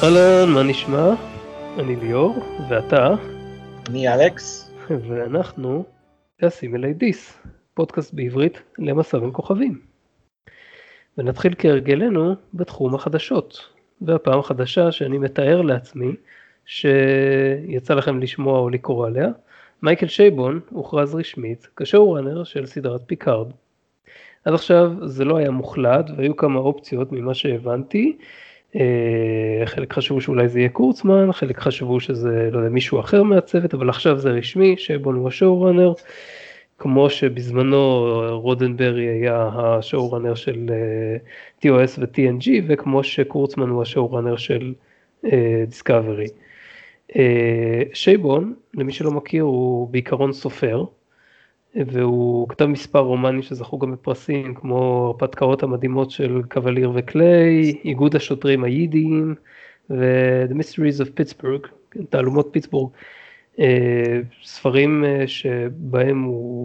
אהלן, מה נשמע? אני ליאור, ואתה? אני אלכס. ואנחנו הסימלי דיס, פודקאסט בעברית למסע בין כוכבים. ונתחיל כהרגלנו בתחום החדשות. והפעם החדשה שאני מתאר לעצמי, שיצא לכם לשמוע או לקרוא עליה, מייקל שייבון הוכרז רשמית כשואו-ראנר של סדרת פיקארד. עד עכשיו זה לא היה מוחלט, והיו כמה אופציות ממה שהבנתי. חלק חשבו שאולי זה יהיה קורצמן, חלק חשבו שזה לא יודע, מישהו אחר מהצוות, אבל עכשיו זה רשמי, שייבון הוא השואו-ראנר, כמו שבזמנו רודנברי היה השואו-ראנר של TOS ו-TNG, וכמו שקורצמן הוא השואו-ראנר של דיסקאברי. שייבון, למי שלא מכיר, הוא בעיקרון סופר, והוא כתב מספר רומנים שזכו גם בפרסים, כמו הרפתקאות המדהימות של קבליר וקליי, איגוד השוטרים היידיים, ו-The Mysteries of Pittsburgh, תעלומות פיטסבורג, ספרים שבהם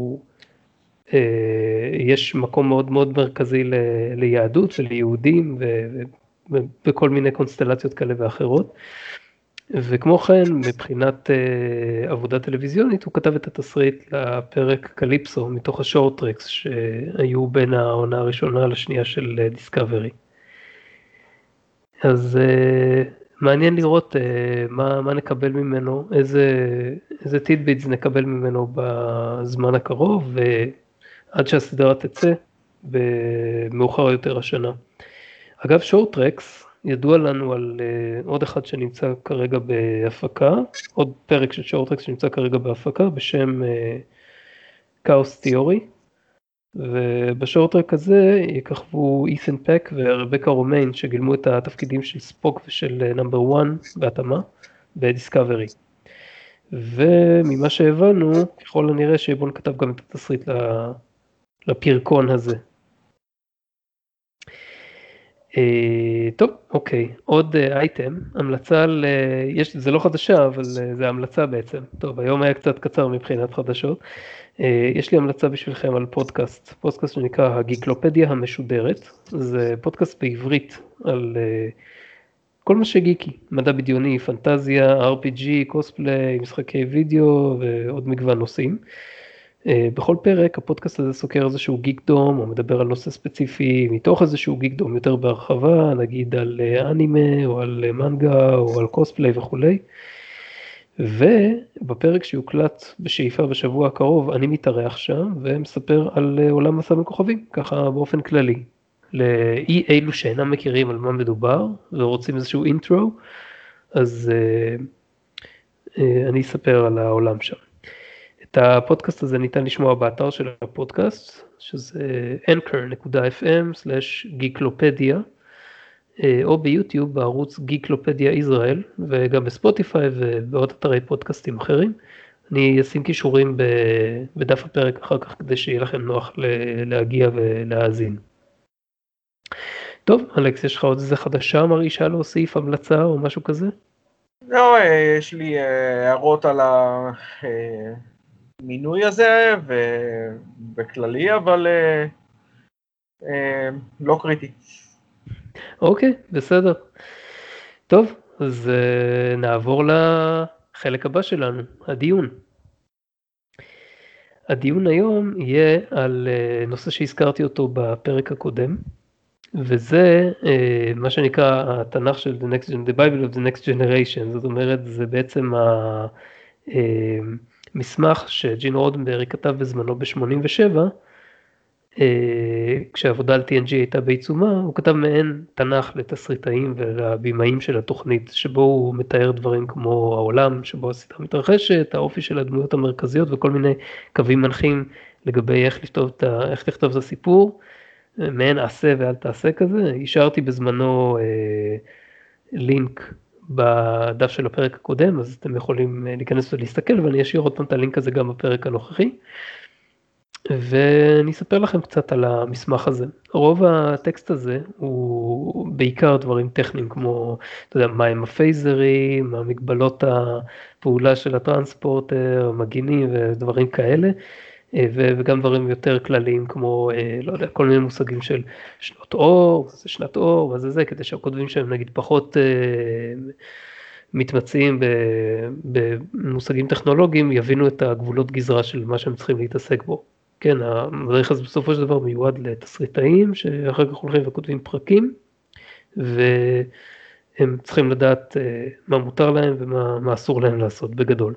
יש מקום מאוד מאוד מרכזי ליהדות וליהודים, ובכל מיני קונסטלציות כאלה ואחרות. וכמו כן, מבחינת עבודה טלוויזיונית, הוא כתב את התסריט לפרק קליפסו, מתוך השורט-טרקס שהיו בין העונה הראשונה לשנייה של דיסקאברי. אז מעניין לראות מה נקבל ממנו, איזה טידביטס נקבל ממנו בזמן הקרוב, ועד שהסדרה תצא במאוחר יותר השנה. אגב, שורט-טרקס, ידוע לנו על עוד אחד שנמצא כרגע בהפקה, עוד פרק של שורט-טרקס שנמצא כרגע בהפקה, בשם כאוס תיאורי, ובשורט-טרק הזה יככבו אית'ן פק ורבקה רומיין, שגילמו את התפקידים של ספוק ושל נאמבר 1 בהתאמה, בדיסקאברי. וממה שהבנו, ככל הנראה שייבון כתב גם את התסריט לפרקון הזה. טוב, אוקיי, עוד אייטם, המלצה זה לא חדשה, אבל זה המלצה בעצם. טוב, היום היה קצת קצר מבחינת חדשות. יש לי המלצה בשבילכם על פודקאסט שנקרא הגיקלופדיה המשודרת. זה פודקאסט בעברית על כל מה שגיקי, מדע בדיוני, פנטזיה, RPG, קוספליי, משחקי וידאו ועוד מגוון נושאים. בכל פרק הפודקאסט הזה סוקר איזשהו גיקדום, או מדבר על נושא ספציפי מתוך איזשהו גיקדום יותר בהרחבה, נגיד על אנימה, או על מנגה, או על קוספליי וכולי. ובפרק שיוקלט בשאיפה בשבוע הקרוב, אני מתארח שם, ומספר על עולם מסע בין כוכבים, ככה באופן כללי. לאי אילו שאינם מכירים על מה מדובר, ורוצים איזשהו אינטרו, אז אני אספר על העולם שם. את הפודקאסט הזה ניתן לשמוע באתר של הפודקאסט, שזה anchor.fm/geeklopedia, או ביוטיוב בערוץ גיקלופדיה ישראל, וגם בספוטיפיי ובעוד אתרי פודקאסטים אחרים. אני אשים קישורים בדף הפרק אחר כך, כדי שיהיה לכם נוח להגיע ולהאזין. טוב, אלכס, יש לך עוד איזה חדשה מרעישה להוסיף, המלצה או משהו כזה? לא, יש לי הערות על המינוי הזה ובכללי, אבל לא קריטי. אוקיי, בסדר. טוב, אז נעבור לחלק הבא שלנו, הדיון. הדיון היום יהיה על נושא שהזכרתי אותו בפרק הקודם, וזה מה שנקרא התנ"ך של The Bible of the Next Generation, זאת אומרת, זה בעצם המסמך שג'ין רודנברי כתב בזמנו ב-87, כשהעבודה על TNG הייתה בעיצומה, הוא כתב מעין תנ"ך לתסריטאים ולבימאים של התוכנית, שבו הוא מתאר דברים כמו העולם שבו הסדרה מתרחשת, האופי של הדמויות המרכזיות וכל מיני קווים מנחים לגבי איך לכתוב את הסיפור, מעין עשה ואל תעשה כזה. השארתי בזמנו לינק בדף של הפרק הקודם, אז אתם יכולים להיכנס ולהסתכל, ואני אשאיר עוד פעם את הלינק הזה גם בפרק הנוכחי. ואני אספר לכם קצת על המסמך הזה. רוב הטקסט הזה הוא בעיקר דברים טכניים, כמו, אתה יודע, מהם הפייזרים, המגבלות הפעולה של הטרנספורטר, המגינים ודברים כאלה. וגם דברים יותר כלליים כמו, לא יודע, כל מיני מושגים של שנות אור, מה זה שנת אור, מה זה זה, כדי שהכותבים שהם נגיד פחות מתמצאים במושגים טכנולוגיים, יבינו את הגבולות גזרה של מה שהם צריכים להתעסק בו. כן, המדריך הזה בסופו של דבר מיועד לתסריטאים, שאחר כך הולכים וכותבים פרקים, והם צריכים לדעת מה מותר להם ומה אסור להם לעשות בגדול.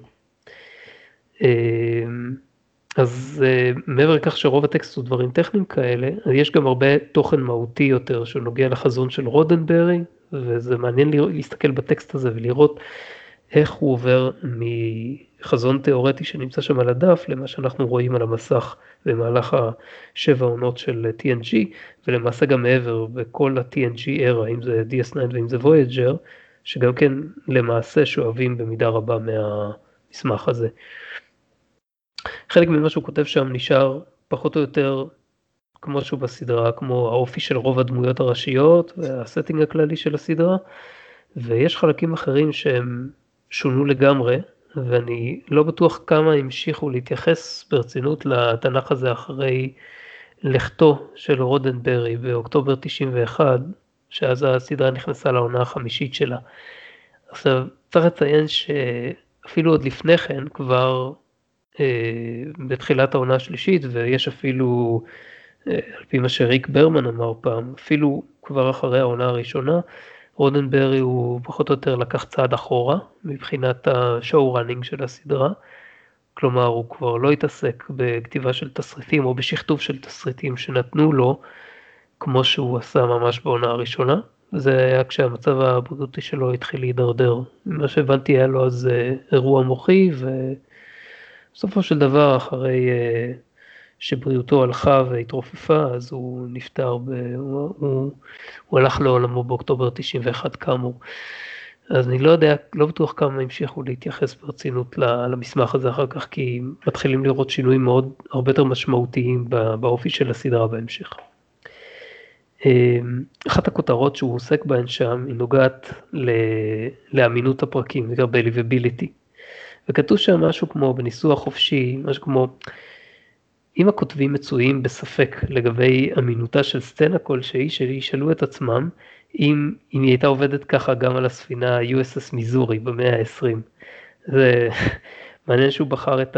אז מעבר לכך שרוב הטקסט הוא דברים טכניים כאלה, יש גם הרבה תוכן מהותי יותר שנוגע לחזון של רודנברי, וזה מעניין להסתכל בטקסט הזה ולראות איך הוא עובר מחזון תיאורטי שנמצא שם על הדף, למה שאנחנו רואים על המסך במהלך ה7 עונות של TNG, ולמעשה גם מעבר בכל ה-TNG era, אם זה DS9 ואם זה Voyager, שגם כן למעשה שואבים במידה רבה מהמסמך הזה. חלק ממה שהוא כותב שם נשאר פחות או יותר כמו שהוא בסדרה, כמו האופי של רוב הדמויות הראשיות והסטינג הכללי של הסדרה, ויש חלקים אחרים שהם שונו לגמרי, ואני לא בטוח כמה המשיכו להתייחס ברצינות לתנ"ך הזה אחרי לכתו של רודנברי באוקטובר 91, שאז הסדרה נכנסה לעונה החמישית שלה. עכשיו, צריך לציין שאפילו עוד לפני כן כבר בתחילת העונה השלישית, ויש אפילו, על פי מה שריק ברמן אמר פעם, אפילו כבר אחרי העונה הראשונה, רודנברי הוא פחות או יותר לקח צעד אחורה, מבחינת השואו ראנינג של הסדרה, כלומר הוא כבר לא התעסק בכתיבה של תסריטים, או בשכתוב של תסריטים שנתנו לו, כמו שהוא עשה ממש בעונה הראשונה, וזה היה כשהמצב הבריאותי שלו התחיל להידרדר. מה שהבנתי היה לו אז אירוע מוחי, בסופו של דבר, אחרי שבריאותו הלכה והתרופפה, אז הוא נפטר, הוא הלך לעולמו באוקטובר 91 כאמור. אז אני לא יודע, לא בטוח כמה המשיכו להתייחס ברצינות למסמך הזה אחר כך, כי מתחילים לראות שינויים מאוד, הרבה יותר משמעותיים באופי של הסדרה בהמשך. אחת הכותרות שהוא עוסק בהן שם, היא נוגעת לאמינות הפרקים, זה גם believability. וכתוב שם משהו כמו בניסוח חופשי, משהו כמו, אם הכותבים מצויים בספק לגבי אמינותה של סצנה כלשהי, שישאלו את עצמם, אם היא הייתה עובדת ככה גם על הספינה USS מיזורי במאה ה-20. זה מעניין שהוא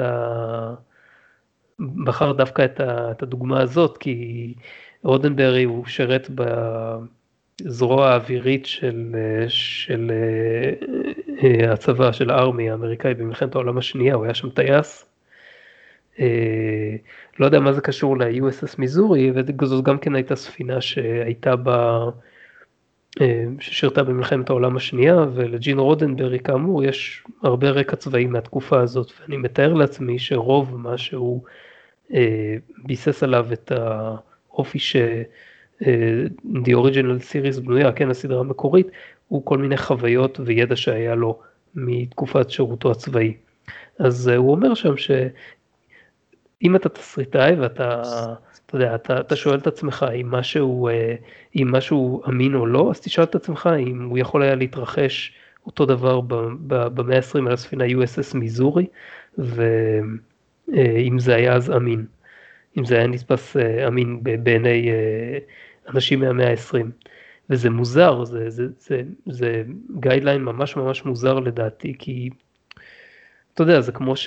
בחר דווקא את הדוגמה הזאת, כי רודנברי הוא שרת בזרוע האווירית של הצבא של הארמי האמריקאי במלחמת העולם השנייה, הוא היה שם טייס. לא יודע מה זה קשור ל-USS מיזורי, וזאת גם כן הייתה ספינה שהייתה ששירתה במלחמת העולם השנייה, ולג'ין רודנברי כאמור יש הרבה רקע צבאי מהתקופה הזאת, ואני מתאר לעצמי שרוב מה שהוא ביסס עליו את האופי The Original Series בנויה, כן, הסדרה המקורית, הוא כל מיני חוויות וידע שהיה לו מתקופת שירותו הצבאי. אז הוא אומר שם שאם אתה תסריטאי ואתה, אתה יודע, אתה שואל את עצמך אם משהו אמין או לא, אז תשאל את עצמך אם הוא יכול היה להתרחש אותו דבר במאה ה-20 על הספינה USS מיזורי, ואם זה היה אז אמין. אם זה היה נתפס אמין בעיני אנשים מהמאה ה-20. וזה מוזר, זה גיידליין ממש ממש מוזר לדעתי, כי אתה יודע,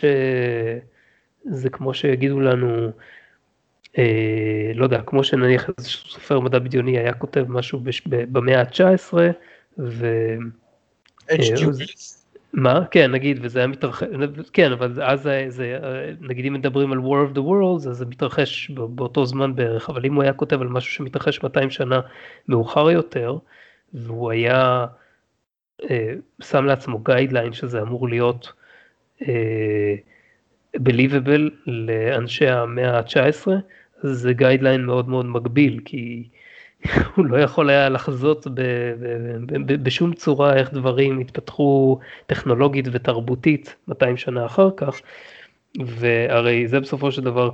זה כמו שיגידו לנו, לא יודע, כמו שנניח איזה סופר מדע בדיוני היה כותב משהו במאה ה-19, מה? כן, נגיד, וזה היה מתרחש, כן, אבל אז זה, נגיד אם מדברים על War of the Worlds, אז זה מתרחש באותו זמן בערך, אבל אם הוא היה כותב על משהו שמתרחש 200 שנה מאוחר יותר, והוא היה שם לעצמו גיידליין שזה אמור להיות believable לאנשי המאה ה-19, זה גיידליין מאוד מאוד מגביל, כי הוא לא יכול היה לחזות בשום צורה איך דברים התפתחו טכנולוגית ותרבותית 200 שנה אחר כך, והרי זה בסופו של דבר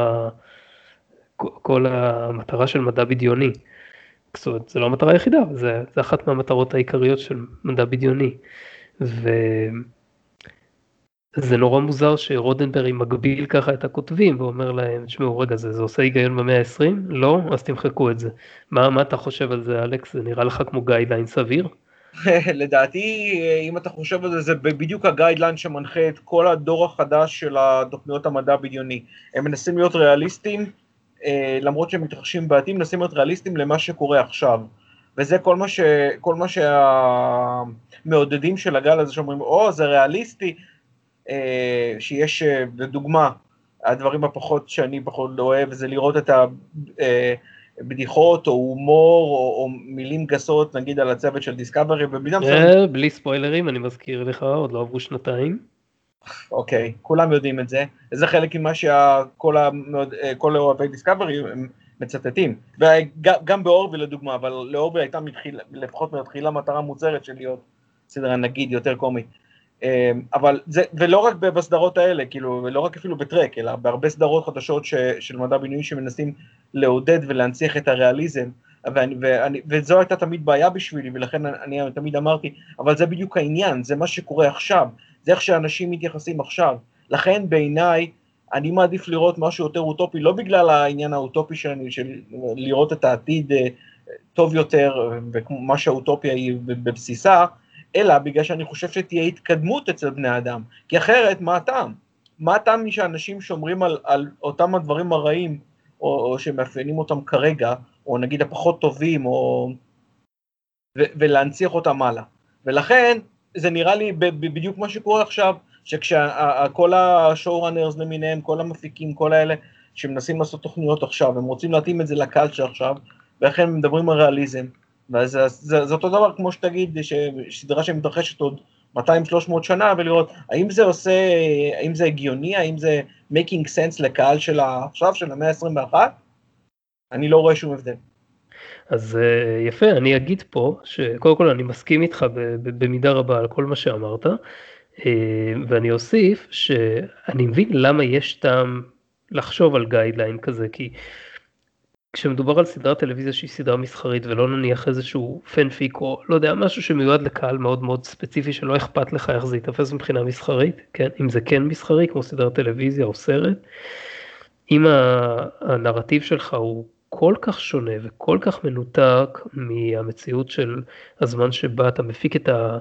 כל המטרה של מדע בדיוני. זאת אומרת, זה לא המטרה היחידה, זה אחת מהמטרות העיקריות של מדע בדיוני. זה נורא מוזר שרודנברי מגביל ככה את הכותבים ואומר להם, תשמעו רגע, זה עושה היגיון במאה ה-20? לא? אז תמחקו את זה. מה אתה חושב על זה, אלכס? זה נראה לך כמו גיידליין סביר? לדעתי, אם אתה חושב על זה, זה בדיוק הגיידליין שמנחה את כל הדור החדש של התוכניות המדע בדיוני. הם מנסים להיות ריאליסטים, למרות שהם מתרחשים בעתיד, מנסים להיות ריאליסטים למה שקורה עכשיו. וזה כל מה שהמעודדים של הגל הזה שאומרים, זה ריאליסטי, שיש, לדוגמה, הדברים הפחות שאני פחות לא אוהב, זה לראות את הבדיחות או הומור או מילים גסות, נגיד על הצוות של דיסקאברי, בלי ספוילרים, אני מזכיר לך, עוד לא עברו שנתיים. אוקיי, כולם יודעים את זה. זה חלק ממה שכל אוהבי דיסקאברי הם מצטטים. וגם באורבי לדוגמה, אבל לאורבי הייתה לפחות מתחילה מטרה מוצהרת של להיות סדרה נגיד יותר קומית. אבל זה, ולא רק בסדרות האלה, כאילו, ולא רק אפילו בטרק, אלא בהרבה סדרות חדשות של מדע בדיוני שמנסים לעודד ולהנציח את הריאליזם, וזו הייתה תמיד בעיה בשבילי, ולכן אני תמיד אמרתי, אבל זה בדיוק העניין, זה מה שקורה עכשיו, זה איך שאנשים מתייחסים עכשיו, לכן בעיניי, אני מעדיף לראות משהו יותר אוטופי, לא בגלל העניין האוטופי של לראות את העתיד טוב יותר, ומה שהאוטופיה היא בבסיסה, אלא בגלל שאני חושב שתהיה התקדמות אצל בני אדם, כי אחרת מה הטעם? מה הטעם שאנשים שומרים על אותם הדברים הרעים, או שמאפיינים אותם כרגע, או נגיד הפחות טובים, ולהנציח אותם הלאה. ולכן זה נראה לי בדיוק מה שקורה עכשיו, שכל השואו-ראנרס למיניהם, כל המפיקים, כל האלה, שמנסים לעשות תוכניות עכשיו, הם רוצים להתאים את זה לקלצ'ר עכשיו, ולכן הם מדברים על ריאליזם, זה אותו דבר כמו שתגיד, שסדרה שמתרחשת עוד 200-300 שנה, ולראות האם זה הגיוני, האם זה making sense לקהל של עכשיו, של המאה ה-21, אני לא רואה שום הבדל. אז יפה, אני אגיד פה, שקודם כל אני מסכים איתך במידה רבה על כל מה שאמרת, ואני אוסיף שאני מבין למה יש טעם לחשוב על גיידליין כזה, כי כשמדובר על סדרת טלוויזיה שהיא סדרה מסחרית ולא נניח איזשהו פנפיק או לא יודע, משהו שמיועד לקהל מאוד מאוד ספציפי שלא אכפת לך איך זה יתפס מבחינה מסחרית, כן? אם זה כן מסחרי כמו סדרת טלוויזיה או סרט, אם הנרטיב שלך הוא כל כך שונה וכל כך מנותק מהמציאות של הזמן שבה אתה מפיק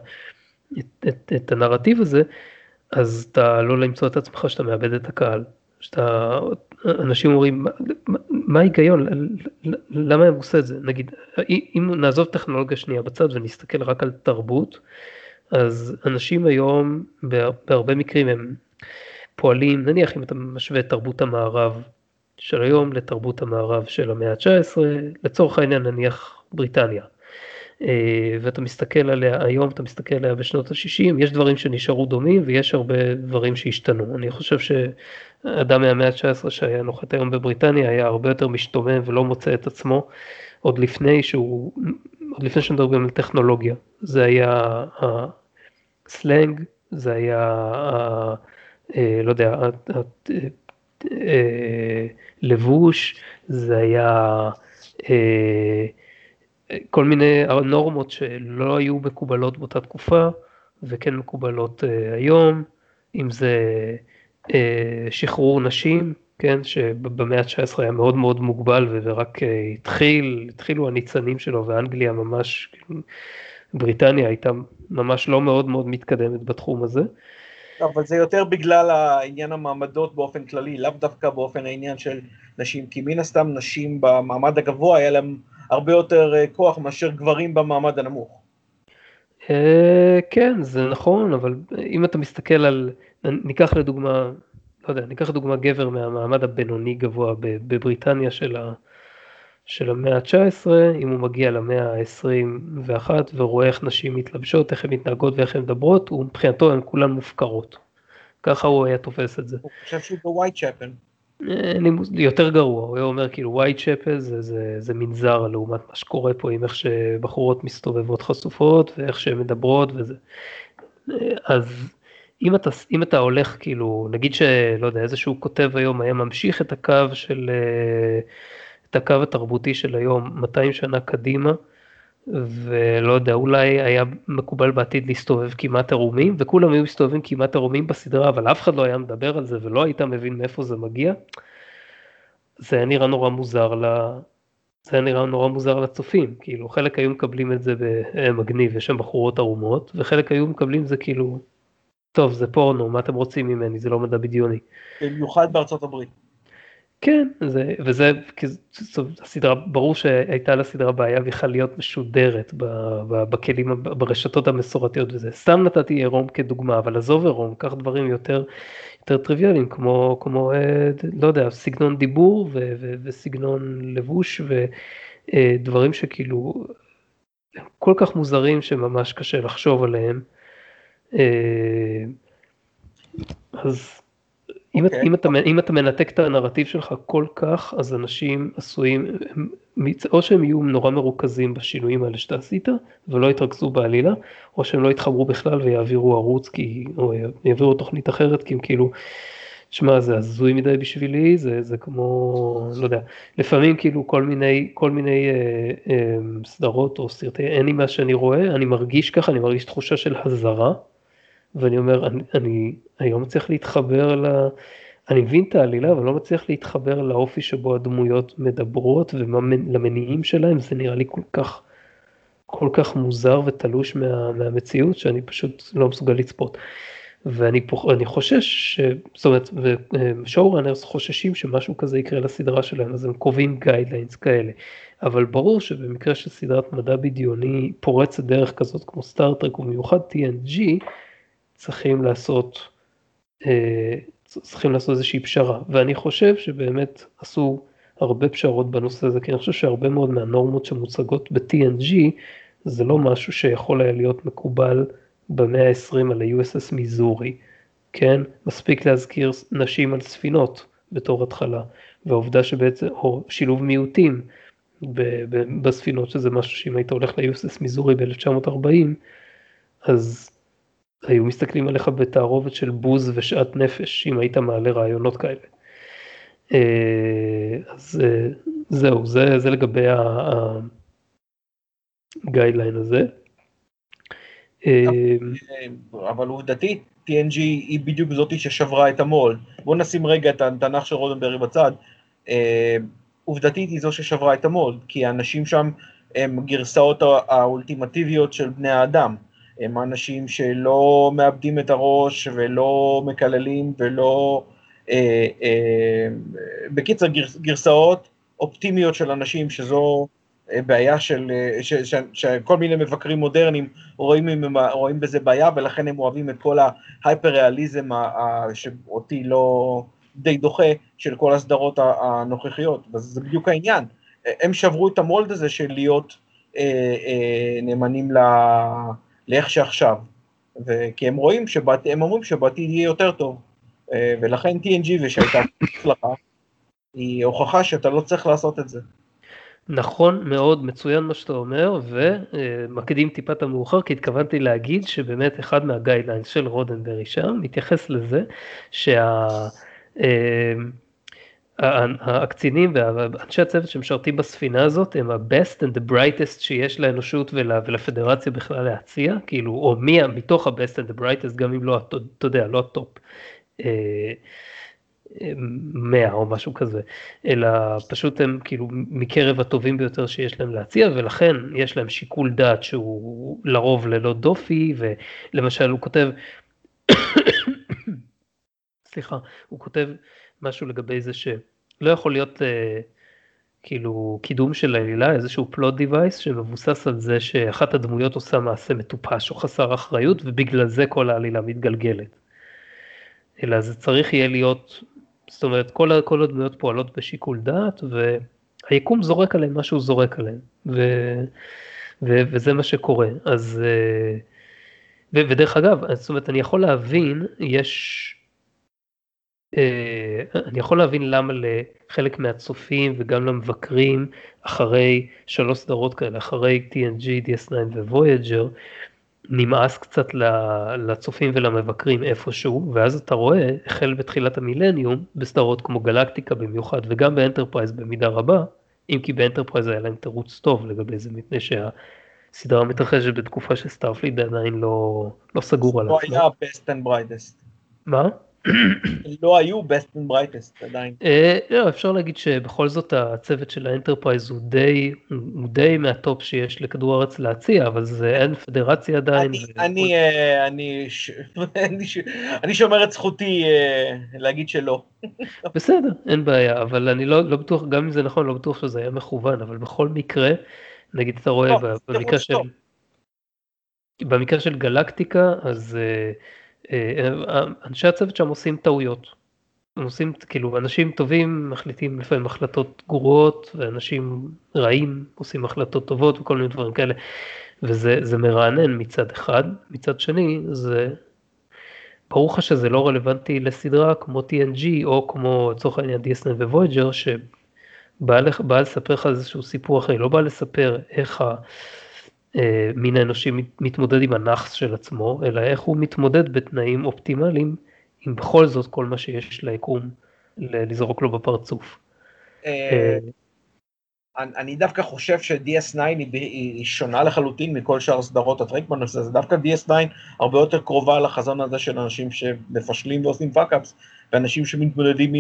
את הנרטיב הזה, אז אתה לא למצוא את עצמך שאתה מאבד את הקהל. אנשים אומרים, מה ההיגיון? למה הם עושה את זה? נגיד, אם נעזוב טכנולוגיה שנייה בצד ונסתכל רק על תרבות, אז אנשים היום, בהרבה מקרים הם פועלים, נניח אם אתה משווה את תרבות המערב של היום לתרבות המערב של המאה ה-19, לצורך העניין נניח בריטניה. ואתה מסתכל עליה היום, אתה מסתכל עליה בשנות ה-60, יש דברים שנשארו דומים ויש הרבה דברים שהשתנו. אני חושב שאדם מהמאה ה-19 שהיה נוחת היום בבריטניה היה הרבה יותר משתומם ולא מוצא את עצמו עוד לפני שמדברים על טכנולוגיה. זה היה הסלנג, זה היה, לא יודע, לבוש, זה היה כל מיני נורמות שלא היו מקובלות באותה תקופה, וכן מקובלות היום, אם זה שחרור נשים, כן, שבמאה ה-19 היה מאוד מאוד מוגבל, ורק התחילו הניצנים שלו, ואנגליה ממש, בריטניה הייתה ממש לא מאוד מאוד מתקדמת בתחום הזה. אבל זה יותר בגלל העניין המעמדות באופן כללי, לאו דווקא באופן העניין של נשים, כי מן הסתם נשים במעמד הגבוה היה להם הרבה יותר כוח מאשר גברים במעמד הנמוך. כן, זה נכון, אבל אם אתה מסתכל על, ניקח לדוגמה, לא יודע, ניקח לדוגמה גבר מהמעמד הבינוני גבוה בבריטניה של המאה ה-19, אם הוא מגיע למאה ה-21 ורואה איך נשים מתלבשות, איך הן מתנהגות ואיך הן מדברות, מבחינתו הן כולן מופקרות. ככה הוא היה תופס את זה. הוא חושב שהוא בווייט צ'פל. יותר גרוע, הוא היה אומר כאילו ווייט צ'פל זה מנזר לעומת מה שקורה פה עם איך שבחורות מסתובבות חשופות ואיך שהן מדברות וזה. אז אם אתה הולך כאילו, נגיד שלא יודע, איזשהו כותב היום היה ממשיך את הקו התרבותי של היום 200 שנה קדימה, ולא יודע, אולי היה מקובל בעתיד להסתובב כמעט עירומים, וכולם היו מסתובבים כמעט עירומים בסדרה, אבל אף אחד לא היה מדבר על זה, ולא היית מבין מאיפה זה מגיע. זה היה נראה נורא מוזר זה היה נראה נורא מוזר לצופים, כאילו חלק היו מקבלים את זה במגניב, יש שם בחורות ערומות, וחלק היו מקבלים זה כאילו, טוב זה פורנו, מה אתם רוצים ממני, זה לא מדע בדיוני. במיוחד בארצות הברית. כן, וזה, הסדרה, ברור שהייתה לסדרה בעיה בכלל להיות משודרת בכלים, ברשתות המסורתיות וזה. סתם נתתי עירום כדוגמה, אבל עזוב עירום, קח דברים יותר טריוויאליים, כמו, לא יודע, סגנון דיבור וסגנון לבוש ודברים שכאילו כל כך מוזרים שממש קשה לחשוב עליהם. אז אם אתה מנתק את הנרטיב שלך כל כך, אז אנשים עשויים, או שהם יהיו נורא מרוכזים בשינויים האלה שאתה עשית, ולא יתרכזו בעלילה, או שהם לא יתחברו בכלל ויעבירו ערוץ, או יעבירו תוכנית אחרת, כי הם כאילו, שמע, זה הזוי מדי בשבילי, זה כמו, לא יודע, לפעמים כאילו כל מיני סדרות או סרטי אנימה שאני רואה, אני מרגיש ככה, אני מרגיש תחושה של הזרה, ואני אומר, אני לא מצליח להתחבר אני מבין את העלילה, אבל לא מצליח להתחבר לאופי שבו הדמויות מדברות, ולמניעים שלהם, זה נראה לי כל כך מוזר ותלוש מהמציאות, שאני פשוט לא מסוגל לצפות. ואני חושש, זאת אומרת, ושואו-ראנרס חוששים שמשהו כזה יקרה לסדרה שלהם, אז הם קובעים גיידליינס כאלה. אבל ברור שבמקרה של סדרת מדע בדיוני פורצת דרך כזאת כמו סטארטרק, ובמיוחד TNG, צריכים לעשות איזושהי פשרה, ואני חושב שבאמת עשו הרבה פשרות בנושא הזה, כי אני חושב שהרבה מאוד מהנורמות שמוצגות ב-TNG, זה לא משהו שיכול היה להיות מקובל במאה ה-20 על ה-USS מיזורי, כן? מספיק להזכיר נשים על ספינות בתור התחלה, והעובדה שבעצם, או שילוב מיעוטים בספינות, שזה משהו שאם היית הולך ל-USS מיזורי ב-1940, אז היו מסתכלים עליך בתערובת של בוז ושעת נפש, אם היית מעלה רעיונות כאלה. אז זהו, זה לגבי הגיידליין הזה. אבל עובדתית, TNG היא בדיוק זאתי ששברה את המולד. בואו נשים רגע את התנ"ך של רודנברי בצד. עובדתית היא זו ששברה את המולד, כי האנשים שם הם גרסאות האולטימטיביות של בני האדם. הם אנשים שלא מאבדים את הראש ולא מקללים ולא, בקיצר גרסאות אופטימיות של אנשים, שזו בעיה שכל מיני מבקרים מודרניים רואים בזה בעיה, ולכן הם אוהבים את כל ההייפר-ריאליזם שאותי לא די דוחה של כל הסדרות הנוכחיות, וזה בדיוק העניין. הם שברו את המולד הזה של להיות נאמנים לאיך שעכשיו, כי הם אומרים שבעתיד יהיה יותר טוב, ולכן TNG ושהייתה הצלחה, היא הוכחה שאתה לא צריך לעשות את זה. נכון מאוד, מצוין מה שאתה אומר, ומקדים טיפה את המאוחר, כי התכוונתי להגיד שבאמת אחד מהגיידליינס של רודנברי שם, מתייחס לזה הקצינים ואנשי הצוות שמשרתים בספינה הזאת הם ה-best and the brightest שיש לאנושות ולפדרציה בכלל להציע, כאילו, או מתוך ה-best and the brightest, גם אם לא, אתה יודע, לא הטופ 100 או משהו כזה, אלא פשוט הם כאילו מקרב הטובים ביותר שיש להם להציע, ולכן יש להם שיקול דעת שהוא לרוב ללא דופי, ולמשל הוא כותב, סליחה, הוא כותב משהו לגבי זה שלא יכול להיות כאילו קידום של העלילה, איזשהו פלוט דיווייס שמבוסס על זה שאחת הדמויות עושה מעשה מטופש או חסר אחריות, ובגלל זה כל העלילה מתגלגלת. אלא זה צריך יהיה להיות, זאת אומרת, כל הדמויות פועלות בשיקול דעת, והיקום זורק עליהם מה שהוא זורק עליהם, וזה מה שקורה. אז, ודרך אגב, זאת אומרת, אני יכול להבין למה לחלק מהצופים וגם למבקרים, אחרי 3 סדרות כאלה, אחרי TNG, DS9 ו-Voyager, נמאס קצת לצופים ולמבקרים איפשהו, ואז אתה רואה, החל בתחילת המילניום, בסדרות כמו גלקטיקה במיוחד, וגם באנטרפרייז במידה רבה, אם כי באנטרפרייז היה להם תירוץ טוב לגבי זה, מפני סדרה מתרחשת בתקופה שסטארפליט עדיין לא סגור על לא עצמו. היה best and brightest. מה? לא היו best and brightest עדיין. לא, אפשר להגיד שבכל זאת הצוות של האנטרפרייז הוא די מהטופ שיש לכדור הארץ להציע, אבל אין פדרציה עדיין. אני שומר את זכותי להגיד שלא. בסדר, אין בעיה, אבל אני לא בטוח, גם אם זה נכון, לא בטוח שזה היה מכוון, אבל בכל מקרה, נגיד אתה רואה במקרה של גלקטיקה, אז אנשי הצוות שם עושים טעויות. הם עושים, כאילו, אנשים טובים מחליטים לפעמים החלטות גרועות, ואנשים רעים עושים החלטות טובות וכל מיני דברים כאלה, וזה מרענן מצד אחד, מצד שני, זה ברור לך שזה לא רלוונטי לסדרה כמו TNG, או כמו לצורך העניין DS9 וויג'ר, שבא לספר לך איזשהו סיפור אחר, לא בא לספר איך המין האנושי מתמודד עם הנאחס של עצמו, אלא איך הוא מתמודד בתנאים אופטימליים, עם בכל זאת כל מה שיש ליקום לזרוק לו בפרצוף. אני דווקא חושב ש-DS9 היא שונה לחלוטין מכל שאר סדרות הטרק בנושא, זה דווקא DS9 הרבה יותר קרובה לחזון הזה של אנשים שמפשלים ועושים פאק-אפס, ואנשים שמתמודדים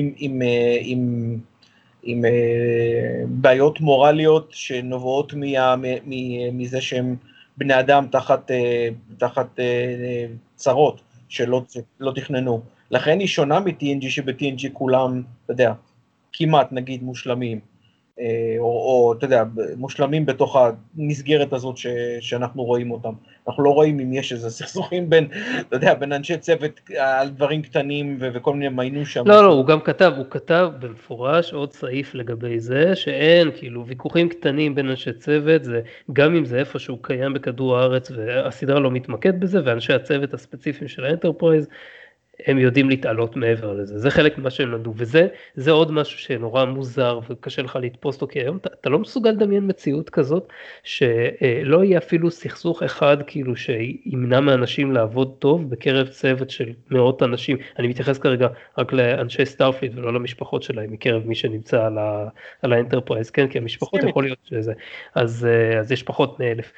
עם בעיות מורליות שנובעות מזה שהם בני אדם תחת צרות שלא תכננו. לכן היא שונה מ-TNG, שב-TNG כולם, אתה יודע, כמעט נגיד מושלמים. או אתה יודע, מושלמים בתוך המסגרת הזאת שאנחנו רואים אותם. אנחנו לא רואים אם יש איזה סכסוכים אתה יודע, בין אנשי צוות על דברים קטנים וכל מיני מיינו שם. לא, הוא גם כתב במפורש עוד סעיף לגבי זה, שאין כאילו ויכוחים קטנים בין אנשי צוות, גם אם זה איפשהו קיים בכדור הארץ, והסדרה לא מתמקד בזה, ואנשי הצוות הספציפיים של האנטרפרייז, הם יודעים להתעלות מעבר לזה, זה חלק ממה שהם למדו, וזה עוד משהו שנורא מוזר וקשה לך לתפוס אותו, כי היום אתה לא מסוגל לדמיין מציאות כזאת, שלא יהיה אפילו סכסוך אחד כאילו שימנע מאנשים לעבוד טוב בקרב צוות של מאות אנשים, אני מתייחס כרגע רק לאנשי סטארפליט ולא למשפחות שלהם, מקרב מי שנמצא על האנטרפרייז, כן, כי המשפחות יכול להיות שזה, אז יש פחות מ1,000,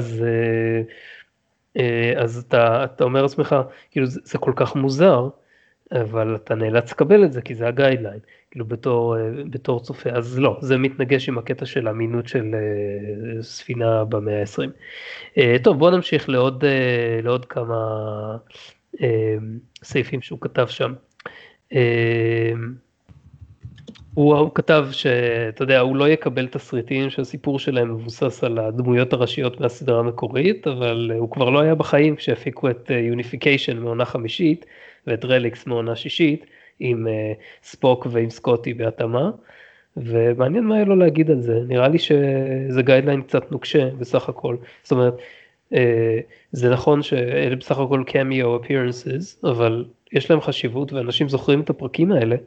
אז אתה אומר לעצמך, כאילו זה כל כך מוזר, אבל אתה נאלץ לקבל את זה, כי זה הגיידליין, כאילו בתור צופה, אז לא, זה מתנגש עם הקטע של אמינות של ספינה במאה ה-20. טוב, בואו נמשיך לעוד כמה סעיפים שהוא כתב שם. הוא כתב שאתה יודע, הוא לא יקבל תסריטים שהסיפור שלהם מבוסס על הדמויות הראשיות מהסדרה המקורית, אבל הוא כבר לא היה בחיים כשהפיקו את יוניפיקיישן מעונה חמישית, ואת רליקס מעונה שישית, עם ספוק ועם סקוטי בהתאמה, ומעניין מה היה לו להגיד על זה, נראה לי שזה גיידליין קצת נוקשה בסך הכל, זאת אומרת, זה נכון שאלה בסך הכל cameo appearances, אבל יש להם חשיבות ואנשים זוכרים את הפרקים האלה,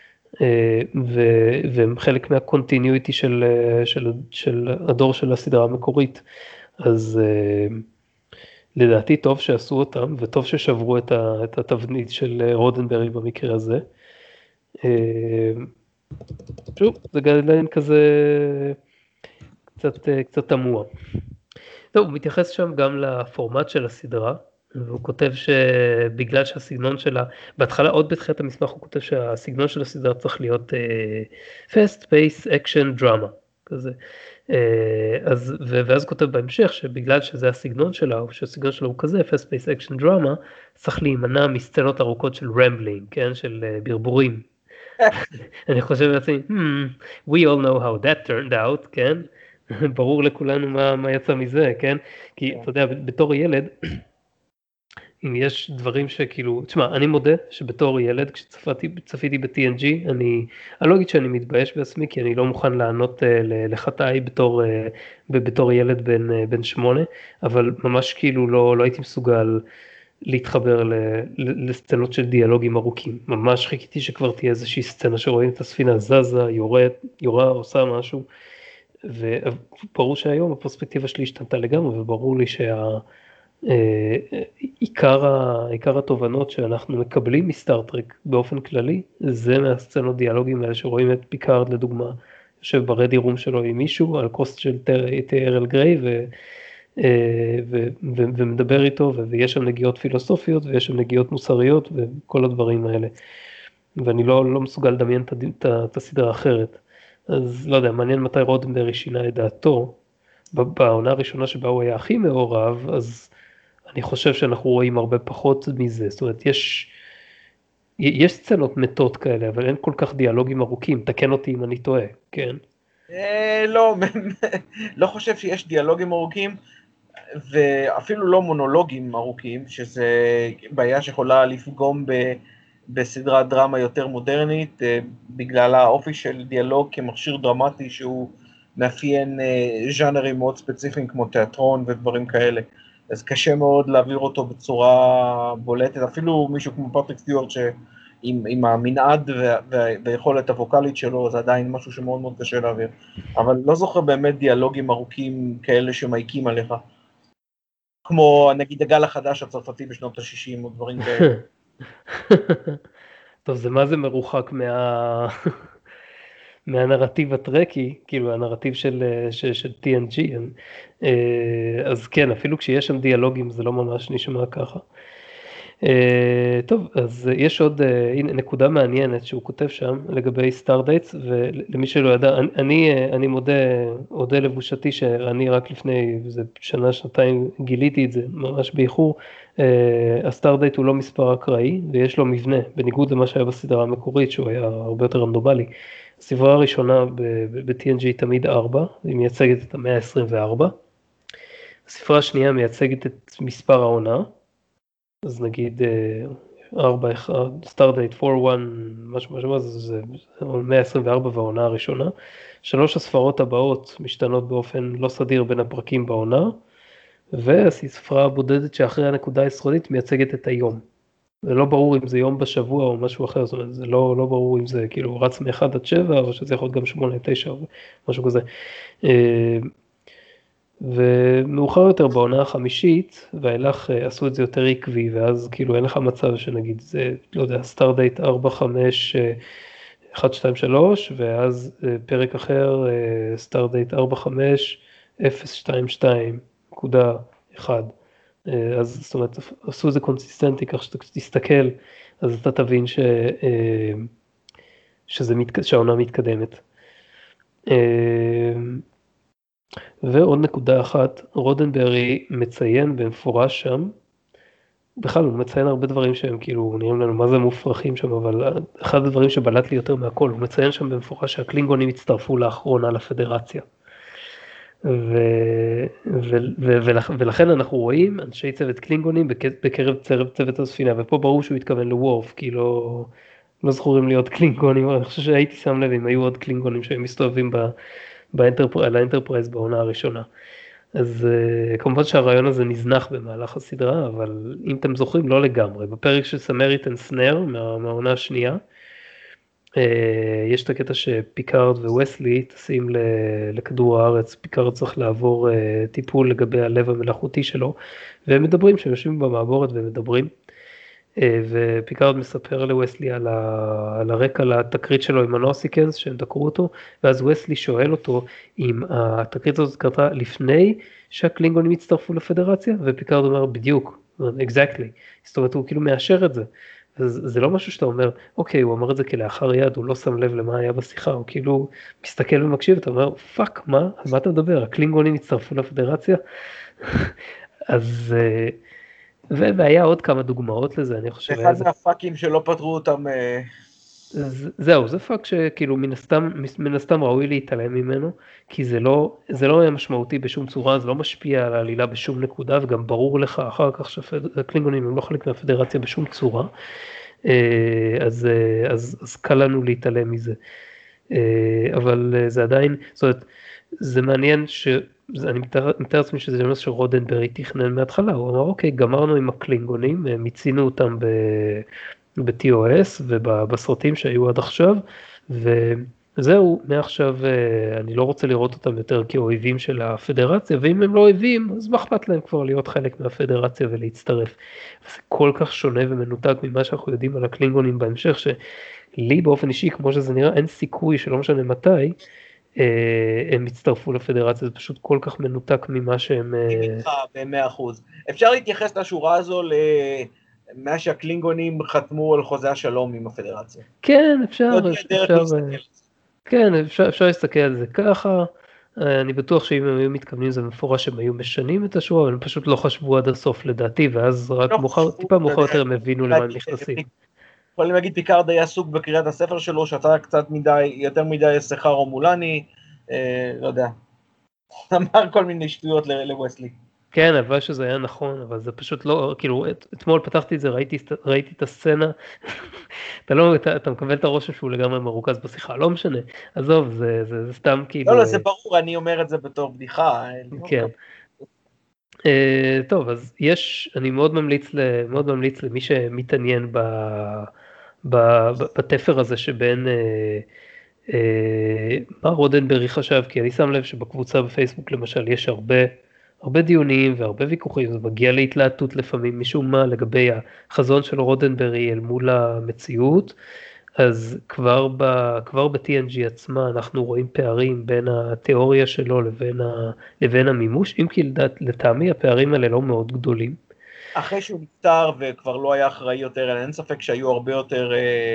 והם חלק מהקונטיניויטי של הדור של הסדרה המקורית, אז לדעתי טוב שעשו אותם, וטוב ששברו את התבנית של רודנברי במקרה הזה. שוב, זה גיידליין כזה קצת תמוה. טוב, הוא מתייחס שם גם לפורמט של הסדרה, והוא כותב שבגלל שהסגנון שלה, בהתחלה, עוד בתחילת המסמך הוא כותב שהסגנון של הסדרה צריך להיות fast pace action drama, כזה. ואז כותב בהמשך שבגלל שזה הסגנון שלה, או שהסגנון שלה הוא כזה, fast pace action drama, צריך להימנע מסצנות ארוכות של רמבלינג, כן? של ברבורים. אני חושב לעצמי, we all know how that turned out, כן? ברור לכולנו מה יצא מזה, כן? כי אתה יודע, בתור ילד, אם יש דברים שכאילו, תשמע, אני מודה שבתור ילד, כשצפיתי ב-TNG, אני לא אגיד שאני מתבייש בעצמי, כי אני לא מוכן לענות לחטאי בתור ילד בן 8, אבל ממש כאילו לא הייתי מסוגל להתחבר לסצנות של דיאלוגים ארוכים. ממש חיכיתי שכבר תהיה איזושהי סצנה שרואים את הספינה זזה, יורה, עושה משהו, וברור שהיום הפרספקטיבה שלי השתנתה לגמרי, וברור לי עיקר התובנות שאנחנו מקבלים מסטארטרק באופן כללי, זה מהסצנות דיאלוגים האלה שרואים את פיקארד לדוגמה, יושב ברדי רום שלו עם מישהו על כוס של תיארל גריי, ומדבר איתו, ויש שם נגיעות פילוסופיות, ויש שם נגיעות מוסריות, וכל הדברים האלה. ואני לא מסוגל לדמיין את הסדרה האחרת. אז לא יודע, מעניין מתי רודנברי שינה את דעתו. בעונה הראשונה שבה הוא היה הכי מעורב, אז אני חושב שאנחנו רואים הרבה פחות מזה. זאת אומרת, יש סצנות מתות כאלה, אבל אין כל כך דיאלוגים ארוכים. תקן אותי אם אני טועה, כן? לא, לא חושב שיש דיאלוגים ארוכים, ואפילו לא מונולוגים ארוכים, שזה בעיה שיכולה לפגום בסדרת דרמה יותר מודרנית, בגלל האופי של דיאלוג כמכשיר דרמטי שהוא מאפיין ז'אנרים מאוד ספציפיים כמו תיאטרון ודברים כאלה. אז קשה מאוד להעביר אותו בצורה בולטת, אפילו מישהו כמו פטריק סטיוארט עם המנעד והיכולת הווקלית שלו, זה עדיין משהו שמאוד מאוד קשה להעביר. אבל לא זוכר באמת דיאלוגים ארוכים כאלה שמעיקים עליך. כמו נגיד הגל החדש הצרפתי בשנות ה-60 או דברים כאלה. טוב, זה מה זה מרוחק מהנרטיב הטרקי, כאילו הנרטיב של TNG, אז כן, אפילו כשיש שם דיאלוגים זה לא ממש נשמע ככה. טוב, אז יש עוד הנה, נקודה מעניינת שהוא כותב שם לגבי סטארדייטס, ולמי שלא ידע, אני מודה לבושתי שאני רק לפני שנה, שנתיים גיליתי את זה, ממש באיחור. הסטארדייט הוא לא מספר אקראי, ויש לו מבנה, בניגוד למה שהיה בסדרה המקורית, שהוא היה הרבה יותר רנדומלי. הסדרה הראשונה ב-TNG היא תמיד 4, היא מייצגת את המאה ה-24. הסדרה השנייה מייצגת את מספר העונה, אז נגיד 4-1, סטארדייט 4-1, משהו, זה 124 והעונה הראשונה. 3 הספרות הבאות משתנות באופן לא סדיר בין הפרקים בעונה, והספרה הבודדת שאחרי הנקודה היסודית מייצגת את היום. זה לא ברור אם זה יום בשבוע או משהו אחר, זאת אומרת, זה לא ברור אם זה כאילו רץ מ-1 עד 7, או שזה יכול להיות גם 8-9 או משהו כזה. ומאוחר יותר בעונה החמישית, ואילך עשו את זה יותר עקבי, ואז כאילו אין לך מצב שנגיד זה, לא יודע, סטארדייט 4, 5, 1, 2, 3, ואז פרק אחר, סטארדייט 4, 5, 0, 2, 2, נקודה 1. אז זאת אומרת, עשו את זה קונסיסטנטי, כך שאתה תסתכל, אז אתה תבין שהעונה מתקדמת. ועוד נקודה אחת, רודנברי מציין במפורש שם, בכלל הוא מציין הרבה דברים שהם כאילו נראים לנו מה זה מופרכים שם, אבל אחד הדברים שבלט לי יותר מהכל, הוא מציין שם במפורש שהקלינגונים הצטרפו לאחרונה לפדרציה. ולכן אנחנו רואים אנשי צוות קלינגונים בקרב צוות הספינה, ופה ברור שהוא התכוון לוורף, כי לא זכורים להיות קלינגונים, אני חושב שהייתי שם לב אם היו עוד קלינגונים שהם מסתובבים על האנטרפרייז בעונה הראשונה. אז כמובן שהרעיון הזה נזנח במהלך הסדרה, אבל אם אתם זוכרים לא לגמרי, בפרק של סמריטן סנר מהעונה השנייה, יש את הקטע שפיקארד וווסלי טסים לכדור הארץ, פיקארד צריך לעבור טיפול לגבי הלב המלאכותי שלו, והם מדברים, שהם יושבים במעבורת ומדברים, ופיקארד מספר לווסלי על הרקע לתקרית שלו עם הנוסיקנס, שהם דקרו אותו, ואז ווסלי שואל אותו אם התקרית הזאת קרתה לפני שהקלינגונים הצטרפו לפדרציה, ופיקארד אומר בדיוק, exactly, זאת אומרת הוא כאילו מאשר את זה, זה לא משהו שאתה אומר, אוקיי, הוא אמר את זה כלאחר יד, הוא לא שם לב למה היה בשיחה, הוא כאילו מסתכל ומקשיב, אתה אומר, פאק, מה? על מה אתה מדבר? הקלינגונים הצטרפו לפדרציה? אז... והיה עוד כמה דוגמאות לזה, אני חושב... אחד מהפאקים שלא פתרו אותם... זהו, זה פאק שכאילו מן הסתם ראוי להתעלם ממנו, כי זה לא היה משמעותי בשום צורה, זה לא משפיע על העלילה בשום נקודה, וגם ברור לך אחר כך שהקלינגונים הם לא חלק מהפדרציה בשום צורה, אז קל לנו להתעלם מזה. אבל זה עדיין, זאת אומרת, זה מעניין אני מתאר לעצמי שזה מה שרודנברי תכנן מההתחלה, הוא אמר אוקיי, גמרנו עם הקלינגונים, מיצינו אותם ב-TOS ובסרטים שהיו עד עכשיו, וזהו, מעכשיו אני לא רוצה לראות אותם יותר כאויבים של הפדרציה, ואם הם לא אויבים, אז מה אכפת להם כבר להיות חלק מהפדרציה ולהצטרף. זה כל כך שונה ומנותק ממה שאנחנו יודעים על הקלינגונים בהמשך, שלי באופן אישי, כמו שזה נראה, אין סיכוי שלא משנה מתי, הם הצטרפו לפדרציה, זה פשוט כל כך מנותק ממה שהם... איתך ב-100%. אפשר להתייחס לשורה הזו מה שהקלינגונים חתמו על חוזה השלום עם הפדרציה. כן, אפשר, כן, אפשר להסתכל על זה ככה. אני בטוח שאם הם היו מתכוונים זה מפורש שהם היו משנים את השורה, אבל הם פשוט לא חשבו עד הסוף לדעתי, ואז רק טיפה מאוחר יותר הם הבינו למה הם נכנסים. יכולים להגיד פיקארד היה עסוק בקריאת הספר שלו, שאתה קצת יותר מדי שכר רומולני, לא יודע, אמר כל מיני שטויות לווסלי. כן, הלוואי שזה היה נכון, אבל זה פשוט לא, כאילו, אתמול פתחתי את זה, ראיתי את הסצנה, אתה מקבל את הרושם שהוא לגמרי מרוכז בשיחה, לא משנה, עזוב, זה סתם כאילו... לא, זה ברור, אני אומר את זה בתור בדיחה. כן. טוב, אז אני מאוד ממליץ למי שמתעניין בתפר הזה שבין מה רודנברי חשב, כי אני שם לב שבקבוצה בפייסבוק למשל יש הרבה דיונים והרבה ויכוחים, זה מגיע להתלהטות לפעמים משום מה לגבי החזון של רודנברי אל מול המציאות, אז כבר ב-TNG עצמה אנחנו רואים פערים בין התיאוריה שלו לבין המימוש, אם כי לטעמי הפערים האלה לא מאוד גדולים. אחרי שהוא נפטר וכבר לא היה אחראי יותר, אין ספק שהיו הרבה יותר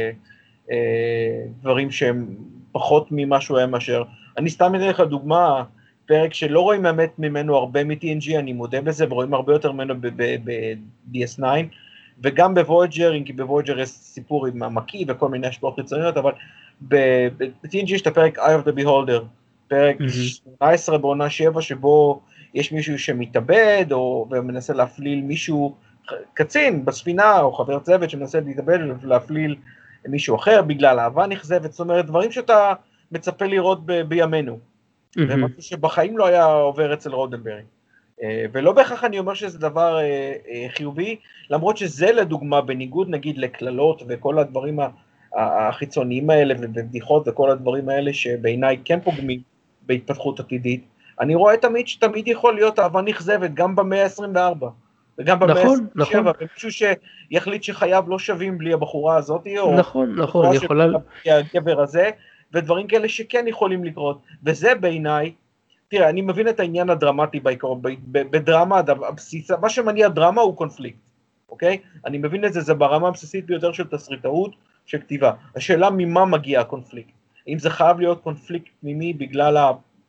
דברים שהם פחות ממה שהוא היה מאשר. אני סתם אתן לך דוגמה, פרק שלא רואים באמת ממנו הרבה מ-TNG, אני מודה בזה, ורואים הרבה יותר ממנו ב-DS9, וגם בוויג'ר, אם כי בוויג'ר יש סיפור עם המקיא וכל מיני השפעות חיצוניות, אבל ב-TNG יש את הפרק Eye of the Beholder, פרק 18 בעונה 7, שבו יש מישהו שמתאבד, ומנסה להפליל מישהו, קצין בספינה, או חבר צוות שמנסה להתאבד ולהפליל מישהו אחר, בגלל אהבה נכזבת, זאת אומרת, דברים שאתה מצפה לראות בימינו, ומשהו שבחיים לא היה עובר אצל רודנברי. ולא בהכרח אני אומר שזה דבר חיובי, למרות שזה לדוגמה, בניגוד נגיד לכללות וכל הדברים החיצוניים האלה, ובדיחות וכל הדברים האלה, שבעיניי כן פוגמים בהתפתחות עתידית, אני רואה תמיד שתמיד יכול להיות אהבה נכזבת, גם במאה ה-24, וגם במאה ה-27, ומישהו שיחליט שחייו לא שווים בלי הבחורה הזאת, או נכון, יכולה... הגבר הזה, ודברים כאלה שכן יכולים לקרות, וזה בעיניי, תראה, אני מבין את העניין הדרמטי בעיקרון, בדרמה, מה שמניע דרמה הוא קונפליקט, אוקיי? אני מבין את זה, זה ברמה הבסיסית ביותר של תסריטאות, של כתיבה. השאלה ממה מגיע הקונפליקט? אם זה חייב להיות קונפליקט פנימי בגלל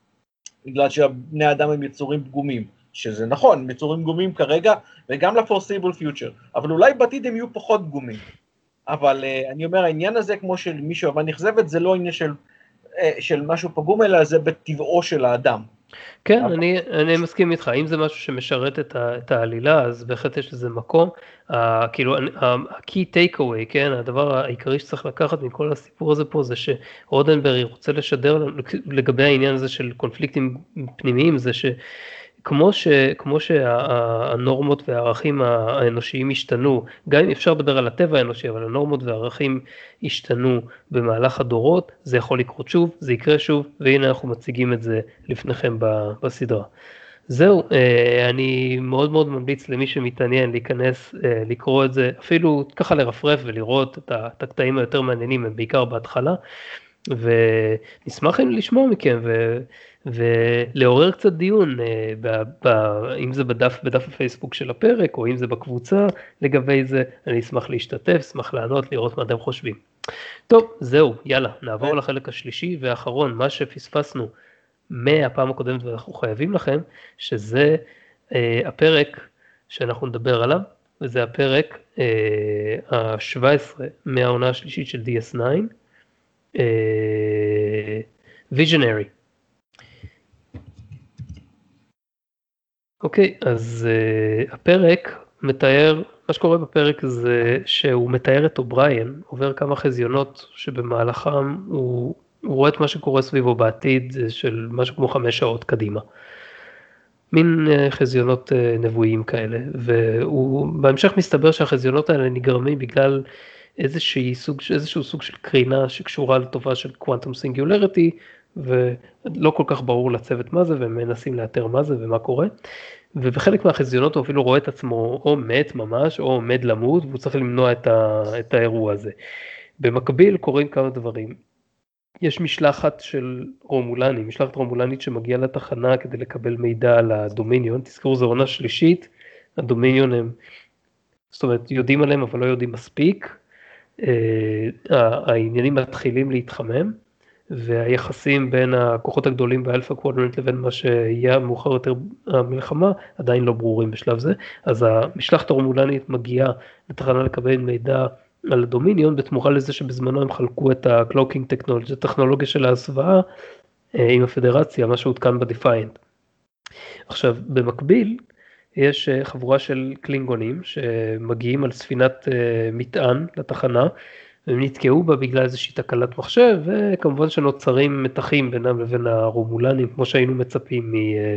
שבני האדם הם יצורים פגומים, שזה נכון, יצורים פגומים כרגע, וגם ל-foreseeable future, אבל אולי בעתיד הם יהיו פחות פגומים. אבל אני אומר, העניין הזה, כמו של מישהו אהבה נכזבת, זה לא עניין של משהו פגום, אלא זה בטבעו של האדם. כן, אני מסכים איתך, אם זה משהו שמשרת את העלילה, אז בהחלט יש לזה מקום, כאילו, ה-key takeaway, כן, הדבר העיקרי שצריך לקחת מכל הסיפור הזה פה, זה שרודנברי רוצה לשדר לגבי העניין הזה של קונפליקטים פנימיים, זה כמו שהנורמות והערכים האנושיים השתנו, גם אם אפשר לדבר על הטבע האנושי, אבל הנורמות והערכים השתנו במהלך הדורות, זה יכול לקרות שוב, זה יקרה שוב, והנה אנחנו מציגים את זה לפניכם בסדרה. זהו, אני מאוד מאוד ממליץ למי שמתעניין להיכנס, לקרוא את זה, אפילו ככה לרפרף ולראות את הקטעים היותר מעניינים, הם בעיקר בהתחלה, ונשמח לשמוע מכם ולעורר קצת דיון, אם זה בדף הפייסבוק של הפרק, או אם זה בקבוצה לגבי זה, אני אשמח להשתתף, אשמח לענות, לראות מה אתם חושבים. טוב, זהו, יאללה, נעבור לחלק השלישי והאחרון, מה שפספסנו מהפעם הקודמת ואנחנו חייבים לכם, שזה הפרק שאנחנו נדבר עליו, וזה הפרק ה-17 מהעונה השלישית של DS9, Visionary. אוקיי, אז הפרק מתאר, מה שקורה בפרק זה שהוא מתאר את אובריין, עובר כמה חזיונות שבמהלכם הוא רואה את מה שקורה סביבו בעתיד של משהו כמו 5 שעות קדימה. מין חזיונות נבואיים כאלה, ובהמשך מסתבר שהחזיונות האלה נגרמים בגלל איזשהו סוג של קרינה שקשורה לתופעה של קוונטום סינגולריטי, ולא כל כך ברור לצוות מה זה, והם מנסים לאתר מה זה ומה קורה, ובחלק מהחזיונות הוא אפילו רואה את עצמו או מת ממש, או עומד למות, והוא צריך למנוע את האירוע הזה. במקביל קורים כמה דברים. יש משלחת של רומולנים, משלחת רומולנית שמגיעה לתחנה כדי לקבל מידע על הדומיניון, תזכרו זו עונה שלישית, הדומיניון הם, זאת אומרת יודעים עליהם אבל לא יודעים מספיק, העניינים מתחילים להתחמם, והיחסים בין הכוחות הגדולים באלפא קוואדרנט לבין מה שיהיה מאוחר יותר המלחמה עדיין לא ברורים בשלב זה, אז המשלחת הרומולנית מגיעה לתחנה לקבל מידע על הדומיניון, בתמורה לזה שבזמנו הם חלקו את הקלוקינג טכנולוגיה, הטכנולוגיה של ההסוואה עם הפדרציה, מה שהותקן בדיפיינט. עכשיו, במקביל, יש חבורה של קלינגונים שמגיעים על ספינת מטען לתחנה, והם נתקעו בה בגלל איזושהי תקלת מחשב, וכמובן שנוצרים מתחים בינם לבין הרומולנים, כמו שהיינו מצפים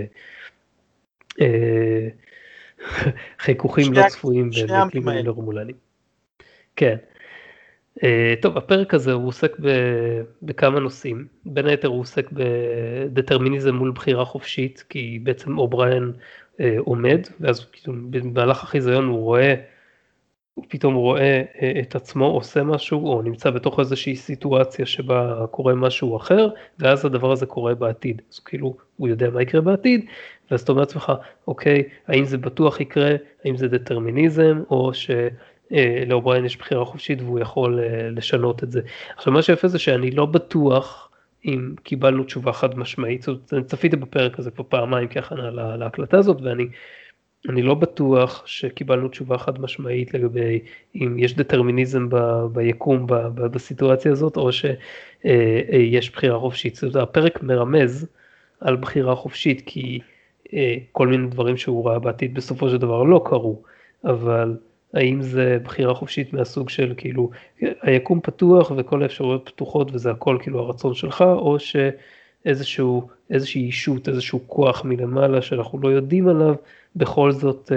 מחיכוכים לא צפויים בין קלינגונים לרומולנים. כן. טוב, הפרק הזה הוא עוסק בכמה נושאים, בין היתר הוא עוסק בדטרמיניזם מול בחירה חופשית, כי בעצם אובריין עומד, ואז במהלך החיזיון הוא פתאום רואה את עצמו עושה משהו, או נמצא בתוך איזושהי סיטואציה שבה קורה משהו אחר, ואז הדבר הזה קורה בעתיד, אז כאילו הוא יודע מה יקרה בעתיד, ואז אתה אומר לעצמך, אוקיי, האם זה בטוח יקרה, האם זה דטרמיניזם, או לאובריין יש בחירה חופשית והוא יכול לשנות את זה. עכשיו מה שיפה זה שאני לא בטוח אם קיבלנו תשובה חד משמעית, זאת אומרת, אני צפיתי בפרק הזה פה פעמיים כהכנה להקלטה הזאת, ואני לא בטוח שקיבלנו תשובה חד משמעית לגבי אם יש דטרמיניזם ביקום בסיטואציה הזאת, או שיש בחירה חופשית. זאת אומרת, הפרק מרמז על בחירה חופשית, כי כל מיני דברים שהוא ראה בעתיד בסופו של דבר לא קרו, אבל האם זה בחירה חופשית מהסוג של כאילו היקום פתוח וכל האפשרויות פתוחות וזה הכל כאילו הרצון שלך, או שאיזושהי אישות, איזשהו כוח מלמעלה שאנחנו לא יודעים עליו, בכל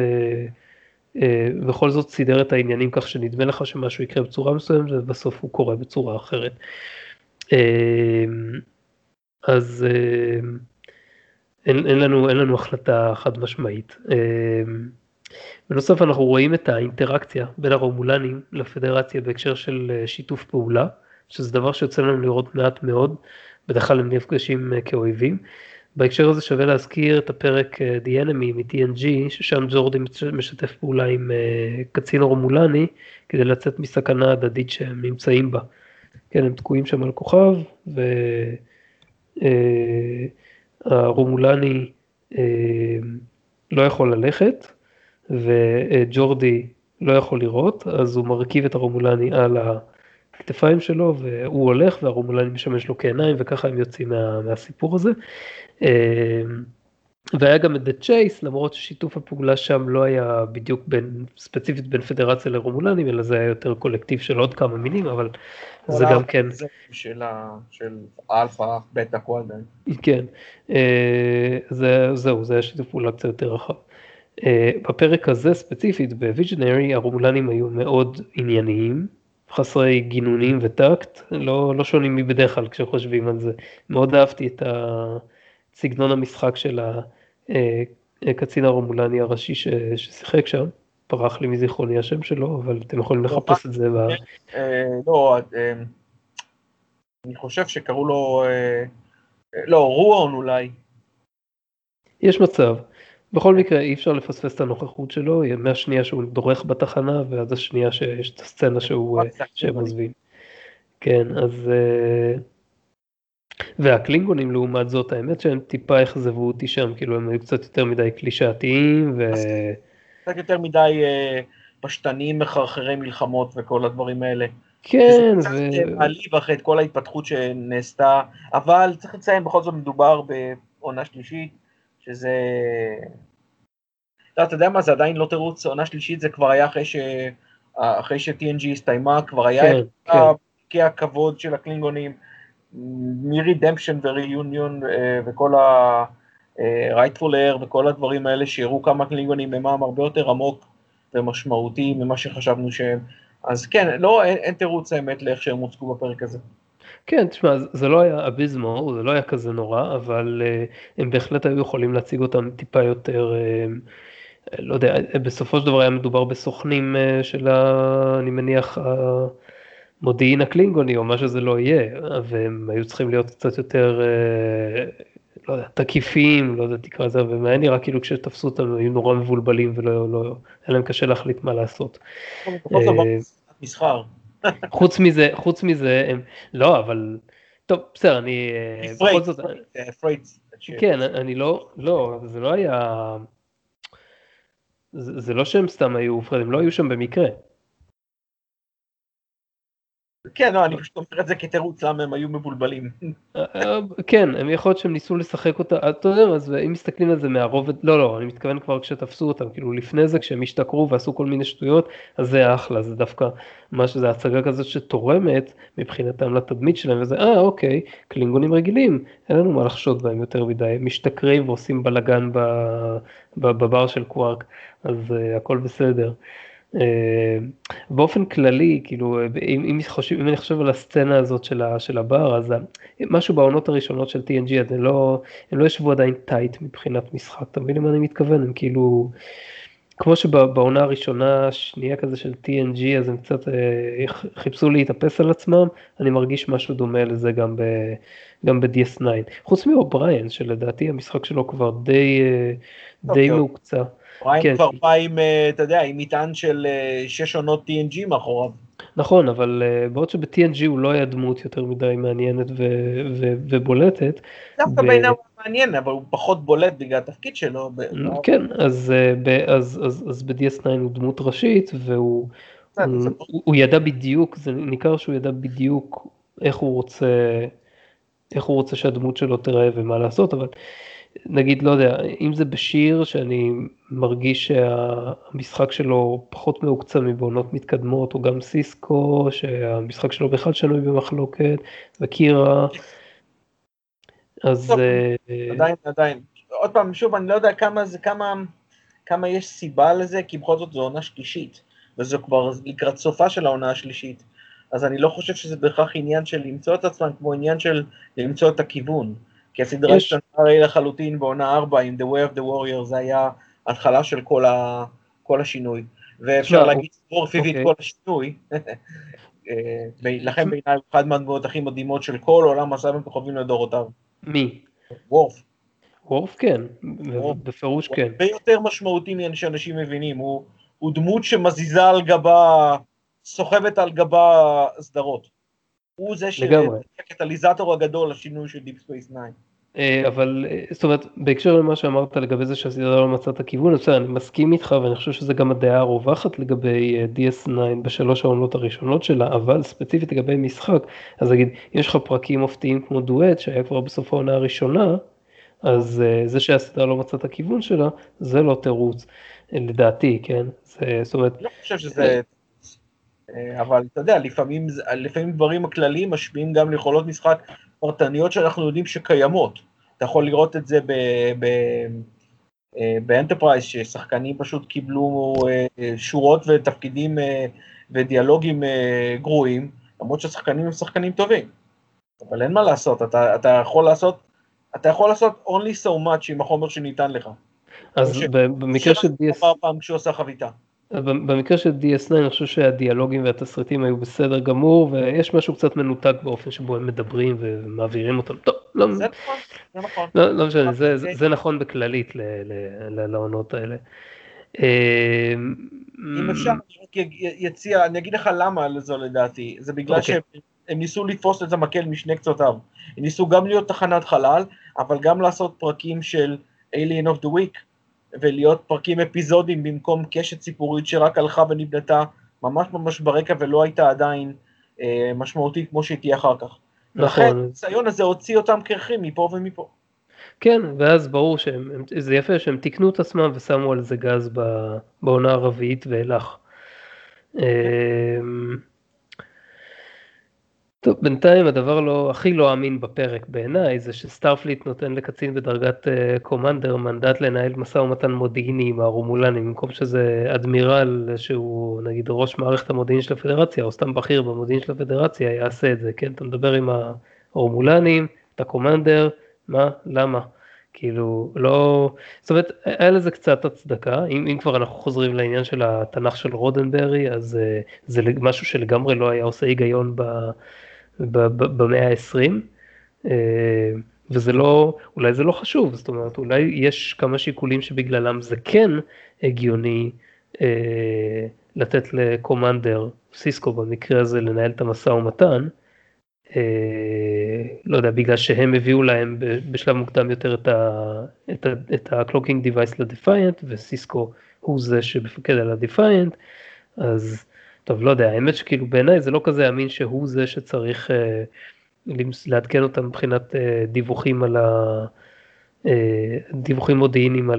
זאת סידר את העניינים כך שנדמה לך שמשהו יקרה בצורה מסוימת ובסוף הוא קורה בצורה אחרת. אז אין לנו החלטה חד משמעית. בנוסף אנחנו רואים את האינטראקציה בין הרומולנים לפדרציה בהקשר של שיתוף פעולה, שזה דבר שיוצא לנו לראות מעט מאוד, בדרך כלל הם נפגשים כאויבים. בהקשר הזה שווה להזכיר את הפרק The Enemy מ-TNG, ששם ג'ורדי משתף פעולה עם קצין רומולני, כדי לצאת מסכנה הדדית שהם נמצאים בה. כן, הם תקועים שם על כוכב, והרומולני לא יכול ללכת, וג'ורדי לא יכול לראות, אז הוא מרכיב את הרומולני על הכתפיים שלו, והוא הולך והרומולני משמש לו כעיניים, וככה הם יוצאים מהסיפור הזה. והיה גם את The Chase, למרות ששיתוף הפעולה שם לא היה בדיוק ספציפית בין פדרציה לרומולנים, אלא זה היה יותר קולקטיב של עוד כמה מינים, אבל זה גם כן... זה של אלפא, בטא, קוואדרנט. כן, זהו, זה היה שיתוף פעולה קצת יותר רחב. בפרק הזה ספציפית, בוויז'נרי, הרומולנים היו מאוד ענייניים, חסרי גינונים וטקט, לא שונים מבדרך כלל כשחושבים על זה. מאוד אהבתי את סגנון המשחק של הקצין הרומולני הראשי ששיחק שם, פרח לי מזיכרוני השם שלו, אבל אתם יכולים לחפש את זה. לא, אני חושב שקראו לו, לא, רואון אולי. יש מצב. בכל מקרה אי אפשר לפספס את הנוכחות שלו, מהשנייה שהוא דורך בתחנה ועד השנייה שיש את הסצנה שהם עוזבים. כן, אז... והקלינגונים לעומת זאת, האמת שהם טיפה החזבו אותי שם, כאילו הם היו קצת יותר מדי קלישאתיים קצת יותר מדי פשטניים, מחרחרי מלחמות וכל הדברים האלה. כן, זה קצת מעליב אחרי את כל ההתפתחות שנעשתה, אבל צריך לציין, בכל זאת מדובר בעונה שלישית, שזה... אתה יודע מה, זה עדיין לא תירוץ, עונה שלישית זה כבר היה אחרי ש-TNG הסתיימה, כבר היה את פרקי הכבוד של הקלינגונים, מ-Redemption ו-Reunion וכל ה-Rightful Air וכל הדברים האלה שהראו כמה קלינגונים ממעם הרבה יותר עמוק ומשמעותי ממה שחשבנו שהם. אז כן, לא, אין תירוץ האמת לאיך שהם הוצגו בפרק הזה. כן, תשמע, זה לא היה אביזמור, זה לא היה כזה נורא, אבל הם בהחלט היו יכולים להציג אותם טיפה יותר, לא יודע, בסופו של דבר היה מדובר בסוכנים של, אני מניח, המודיעין הקלינגוני או מה שזה לא יהיה, והם היו צריכים להיות קצת יותר, לא יודע, תקיפים, לא יודע, תקרא לזה, ומה נראה כאילו כשתפסו אותם היו נורא מבולבלים היה להם קשה להחליט מה לעשות. בסופו של דבר מסחר. חוץ מזה, לא, אבל, טוב, בסדר, אני, בכל זאת, כן, אני לא, זה לא היה, זה לא שהם סתם היו, הם לא היו שם במקרה. כן, לא, אני פשוט אומר את זה כתירוץ למה הם היו מבולבלים. כן, הם יכול להיות שהם ניסו לשחק אותה, אתה יודע, אז אם מסתכלים על זה מהרובד, לא, אני מתכוון כבר כשתפסו אותם, כאילו לפני זה כשהם השתכרו ועשו כל מיני שטויות, אז זה אחלה, זה דווקא מה שזה הצגה כזאת שתורמת מבחינתם לתדמית שלהם, וזה, אוקיי, קלינגונים רגילים, אין לנו מה לחשוד בהם יותר מדי, הם משתכרים ועושים בלגן בבר של קווארק, אז הכל בסדר. באופן כללי, כאילו, אם אני חושב על הסצנה הזאת של הבר, אז משהו בעונות הראשונות של TNG, הם לא ישבו עדיין טייט מבחינת משחק, אתה מבין למה אני מתכוון? הם כאילו, כמו שבעונה הראשונה, השנייה כזה של TNG, אז הם קצת חיפשו להתאפס על עצמם, אני מרגיש משהו דומה לזה גם ב-DS9. חוץ מאובריין, שלדעתי המשחק שלו כבר די מהוקצה. בריין כבר בא עם, אתה יודע, עם מטען של 6 עונות TNG מאחוריו. נכון, אבל בעוד שב-TNG הוא לא היה דמות יותר מדי מעניינת ובולטת. דווקא בעיניו הוא מעניין, אבל הוא פחות בולט בגלל התפקיד שלו. כן, אז ב-DS9 הוא דמות ראשית, והוא ידע בדיוק, זה ניכר שהוא ידע בדיוק איך הוא רוצה שהדמות שלו תראה ומה לעשות, אבל נגיד, לא יודע, אם זה בשיר שאני מרגיש שהמשחק שלו פחות מהוקצה מבעונות מתקדמות, או גם סיסקו, שהמשחק שלו בכלל שנוי במחלוקת, וקירה, אז... עדיין. עוד פעם, שוב, אני לא יודע כמה יש סיבה לזה, כי בכל זאת זו עונה שלישית, וזו כבר לקראת סופה של העונה השלישית, אז אני לא חושב שזה בהכרח עניין של למצוא את עצמם, כמו עניין של למצוא את הכיוון. כי הסדרה השתנתה הרי לחלוטין בעונה 4 עם The Way of the Warrior, זה היה התחלה של כל השינוי, ואפשר להגיד ספורט פיזית כל השינוי, לכן בעיניי אחד מהדמויות הכי מדהימות של כל עולם הסרטים הכוכבים לדורותיו. מי? וורף. וורף כן, בפירוש כן. הרבה יותר משמעותי שאנשים מבינים, הוא דמות שמזיזה על גבה, סוחבת על גבה סדרות. הוא זה שהקטליזטור הגדול לשינוי של Deep Space Nine. אבל, זאת אומרת, בהקשר למה שאמרת לגבי זה שהסדרה לא מצאה את הכיוון, אני מסכים איתך, ואני חושב שזה גם הדעה הרווחת לגבי DS9 בשלוש העונות הראשונות שלה, אבל ספציפית לגבי משחק, אז נגיד, יש לך פרקים מופתיים כמו דואט, שהיה כבר בסוף העונה הראשונה, אז זה שהסדרה לא מצאה את הכיוון שלה, זה לא תירוץ, לדעתי, כן? זאת אומרת... אני לא חושב שזה... אבל אתה יודע, לפעמים דברים הכלליים משפיעים גם ליכולות משחק פרטניות שאנחנו יודעים שקיימות. אתה יכול לראות את זה באנטרפרייז, ששחקנים פשוט קיבלו שורות ותפקידים ודיאלוגים גרועים, למרות שהשחקנים הם שחקנים טובים. אבל אין מה לעשות, אתה יכול לעשות only so much עם החומר שניתן לך. אז במקרה של פעם כשהוא עושה חביתה. במקרה של DS9 אני חושב שהדיאלוגים והתסריטים היו בסדר גמור, ויש משהו קצת מנותק באופן שבו הם מדברים ומעבירים אותם. טוב, זה נכון. לא משנה, זה נכון בכללית לעונות האלה. אם אפשר, אני אגיד לך למה לזו לדעתי, זה בגלל שהם ניסו לתפוס את המקל משני קצותיו. הם ניסו גם להיות תחנת חלל, אבל גם לעשות פרקים של Alien of the Week, ולהיות פרקים אפיזודיים במקום קשת סיפורית שרק הלכה ונבנתה ממש ברקע ולא הייתה עדיין משמעותית כמו שהיא תהיה אחר כך. ולכן הניסיון הזה הוציא אותם קרחים מפה ומפה. כן, ואז ברור שזה יפה שהם תיקנו את עצמם ושמו על זה גז בעונה הרביעית ואילך. טוב, בינתיים הדבר הכי לא אמין בפרק בעיניי, זה שסטארפליט נותן לקצין בדרגת קומנדר מנדט לנהל משא ומתן מודיעיני עם הרומולנים, במקום שזה אדמירל שהוא נגיד ראש מערכת המודיעין של הפדרציה, או סתם בכיר במודיעין של הפדרציה, יעשה את זה, כן? אתה מדבר עם הרומולנים, את הקומנדר, מה? למה? כאילו, לא, זאת אומרת, היה לזה קצת הצדקה, אם כבר אנחנו חוזרים לעניין של התנ"ך של רודנברי, אז זה משהו שלגמרי לא היה עושה היגיון במאה ה-20, וזה לא, אולי זה לא חשוב, זאת אומרת, אולי יש כמה שיקולים שבגללם זה כן הגיוני לתת לקומנדר, סיסקו במקרה הזה, לנהל את המשא ומתן, לא יודע, בגלל שהם הביאו להם בשלב מוקדם יותר את ה-clocking device ל-Defiant, וסיסקו הוא זה שמפקד על ה-Defiant, אז טוב, לא יודע, האמת שכאילו בעיניי זה לא כזה אמין שהוא זה שצריך לעדכן אותם מבחינת דיווחים על דיווחים מודיעיניים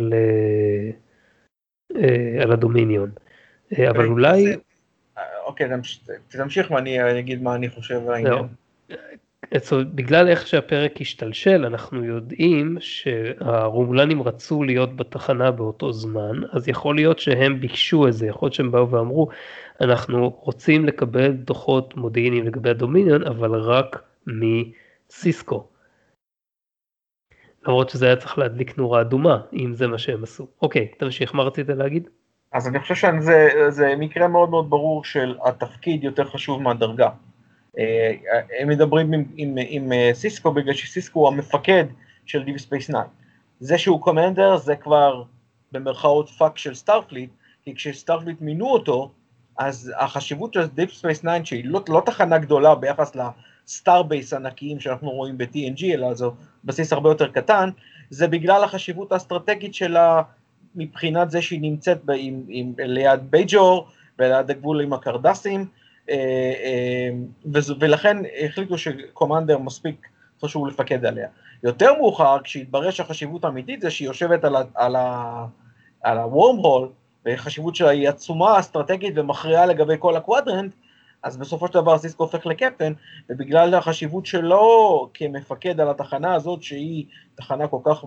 על הדומיניון, אבל אולי... אוקיי, תמשיך ואני אגיד מה אני חושב על העניין. בגלל איך שהפרק השתלשל, אנחנו יודעים שהרומולנים רצו להיות בתחנה באותו זמן, אז יכול להיות שהם ביקשו את זה, יכול להיות שהם באו ואמרו, אנחנו רוצים לקבל דוחות מודיעיניים לגבי הדומיניון, אבל רק מסיסקו. למרות שזה היה צריך להדליק נורה אדומה, אם זה מה שהם עשו. אוקיי, תמשיך, מה רצית להגיד? אז אני חושב שזה מקרה מאוד מאוד ברור של התפקיד יותר חשוב מהדרגה. הם מדברים עם סיסקו בגלל שסיסקו הוא המפקד של Deep Space 9. זה שהוא קומנדר זה כבר במרכאות פאק של סטארפליט, כי כשסטארפליט מינו אותו, אז החשיבות של Deep Space 9 שהיא לא תחנה גדולה ביחס לסטארבייס ענקיים שאנחנו רואים ב-TNG, אלא זו בסיס הרבה יותר קטן, זה בגלל החשיבות האסטרטגית שלה מבחינת זה שהיא נמצאת ליד בייג'ור וליד הגבול עם הקרדסים, ולכן החליטו שקומנדר מספיק חשוב לפקד עליה. יותר מאוחר, כשהתברר שהחשיבות האמיתית זה שהיא יושבת על הוורם הול, וחשיבות שלה היא עצומה אסטרטגית ומכריעה לגבי כל הקוואדרנט, אז בסופו של דבר סיסקו הופך לקפטן, ובגלל החשיבות שלו כמפקד על התחנה הזאת, שהיא תחנה כל כך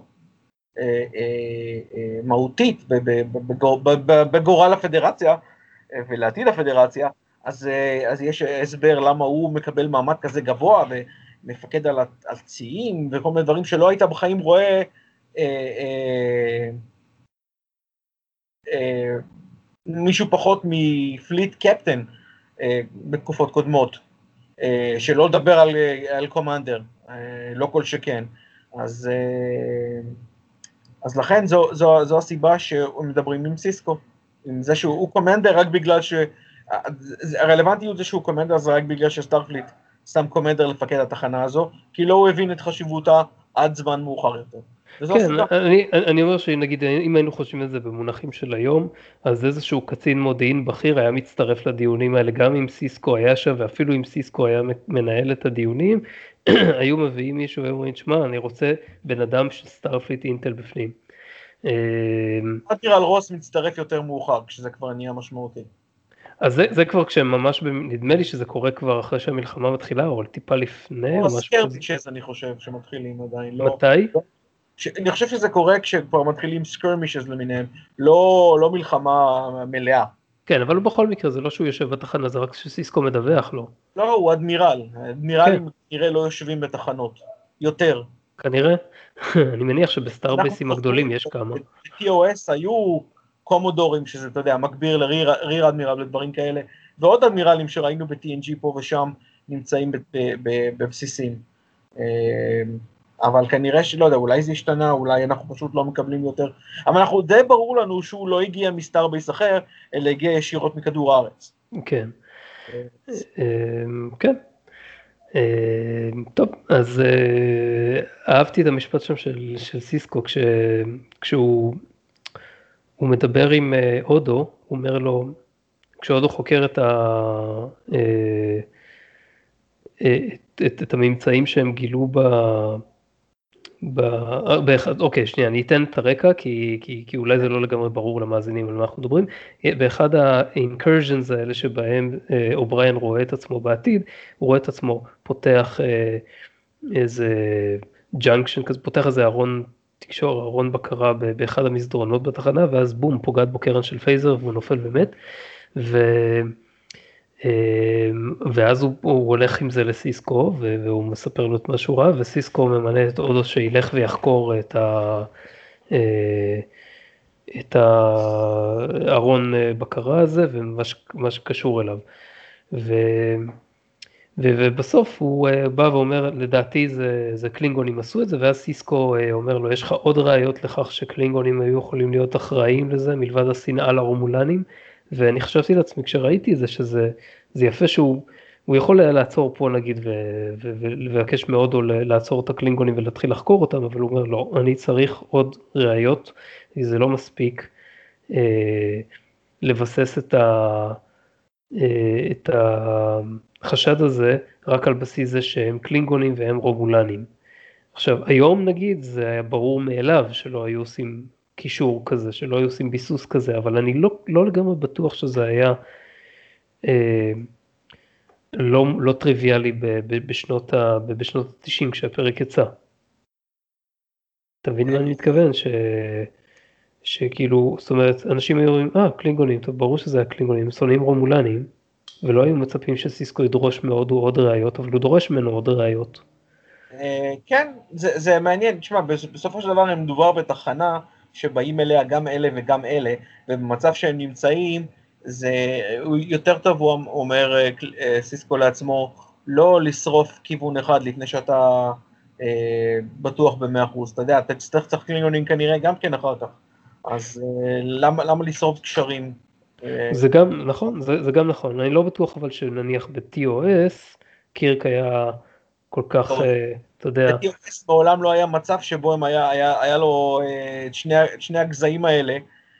מהותית בגורל הפדרציה ולעתיד הפדרציה, אז יש הסבר למה הוא מקבל מעמד כזה גבוה ומפקד על ציים וכל מיני דברים שלא היית בחיים רואה מישהו פחות מפליט קפטן בתקופות קודמות, שלא לדבר על קומנדר, לא כל שכן. אז לכן זו הסיבה שמדברים עם סיסקו, עם זה שהוא קומנדר רק בגלל הרלוונטיות זה שהוא קומנדר זה רק בגלל שסטארפליט שם קומנדר לפקד התחנה הזו, כי לא הוא הבין את חשיבותה עד זמן מאוחר יותר. כן, אני אומר שנגיד אם היינו חושבים את זה במונחים של היום, אז איזשהו קצין מודיעין בכיר היה מצטרף לדיונים האלה, גם אם סיסקו היה שם ואפילו אם סיסקו היה מנהל את הדיונים, היו מביאים מישהו ואומרים, שמע, אני רוצה בן אדם של סטארפליט אינטל בפנים. אדמירל רוס מצטרף יותר מאוחר, כשזה כבר נהיה משמעותי. אז זה כבר כשממש, נדמה לי שזה קורה כבר אחרי שהמלחמה מתחילה, או טיפה לפני, או משהו כזה. סקרמישז אני חושב שמתחילים עדיין. מתי? אני חושב שזה קורה כשכבר מתחילים סקרמישז למיניהם, לא מלחמה מלאה. כן, אבל בכל מקרה זה לא שהוא יושב בתחנה, זה רק שסיסקו מדווח לו. לא, הוא אדמירל. אדמירלים כנראה לא יושבים בתחנות. יותר. כנראה. אני מניח שבסטארבייסים הגדולים יש כמה. ב-TOS היו קומודורים, שזה, אתה יודע, מקביר לריר אדמירל ודברים כאלה, ועוד אדמירלים שראינו ב-TNG פה ושם נמצאים בבסיסים. אבל כנראה שלא יודע, אולי זה השתנה, אולי אנחנו פשוט לא מקבלים יותר, אבל אנחנו די ברור לנו שהוא לא הגיע מסטארבייס אחר, אלא הגיע ישירות מכדור הארץ. כן. כן. טוב, אז אהבתי את המשפט שם של סיסקו, כשהוא מדבר עם אודו, הוא אומר לו, כשאודו חוקר את הממצאים שהם גילו אוקיי, שנייה, אני אתן את הרקע, כי אולי זה לא לגמרי ברור למאזינים על מה אנחנו מדברים. באחד ה-incursions האלה שבהם אובריין רואה את עצמו בעתיד, הוא רואה את עצמו פותח איזה junction כזה, פותח איזה ארון תקשור, ארון בקרה באחד המסדרונות בתחנה, ואז בום, פוגעת בו קרן של פייזר והוא נופל ומת, ואז הוא הולך עם זה לסיסקו, והוא מספר לו את מה שהוא ראה, וסיסקו ממנה את אודו שילך ויחקור את הארון בקרה הזה, ומה שקשור אליו. ובסוף הוא בא ואומר, לדעתי זה קלינגונים עשו את זה, ואז סיסקו אומר לו, יש לך עוד ראיות לכך שקלינגונים היו יכולים להיות אחראים לזה, מלבד השנאה לרומולנים, ואני חשבתי לעצמי כשראיתי את זה, שזה יפה שהוא יכול לעצור פה נגיד, ולבקש מאוד או לעצור את הקלינגונים ולהתחיל לחקור אותם, אבל הוא אומר, לא, אני צריך עוד ראיות, זה לא מספיק לבסס את החשד הזה רק על בסיס זה שהם קלינגונים והם רומולנים. עכשיו, היום נגיד זה היה ברור מאליו שלא היו עושים קישור כזה, שלא היו עושים ביסוס כזה, אבל אני לא לגמרי בטוח שזה היה לא טריוויאלי בשנות ה-90 כשהפרק יצא. אתה מבין מה אני מתכוון? שכאילו, זאת אומרת, אנשים היו אומרים, קלינגונים, טוב, ברור שזה היה קלינגונים, הם שונאים רומולנים, ולא היו מצפים שסיסקו ידרוש מהודו עוד ראיות, אבל הוא דורש ממנו עוד ראיות. כן, זה מעניין, תשמע, בסופו של דבר הם מדובר בתחנה שבאים אליה גם אלה וגם אלה, ובמצב שהם נמצאים, זה יותר טוב, הוא אומר סיסקו לעצמו, לא לשרוף כיוון אחד לפני שאתה בטוח ב100%, אתה יודע, אתה צריך קלינגונים כנראה גם כן אחר כך, אז למה לשרוף קשרים? זה גם נכון, זה גם נכון, אני לא בטוח אבל שנניח ב-TOS, קירק היה כל כך, אתה יודע... ב-TOS בעולם לא היה מצב שבו היה לו את שני הגזעים האלה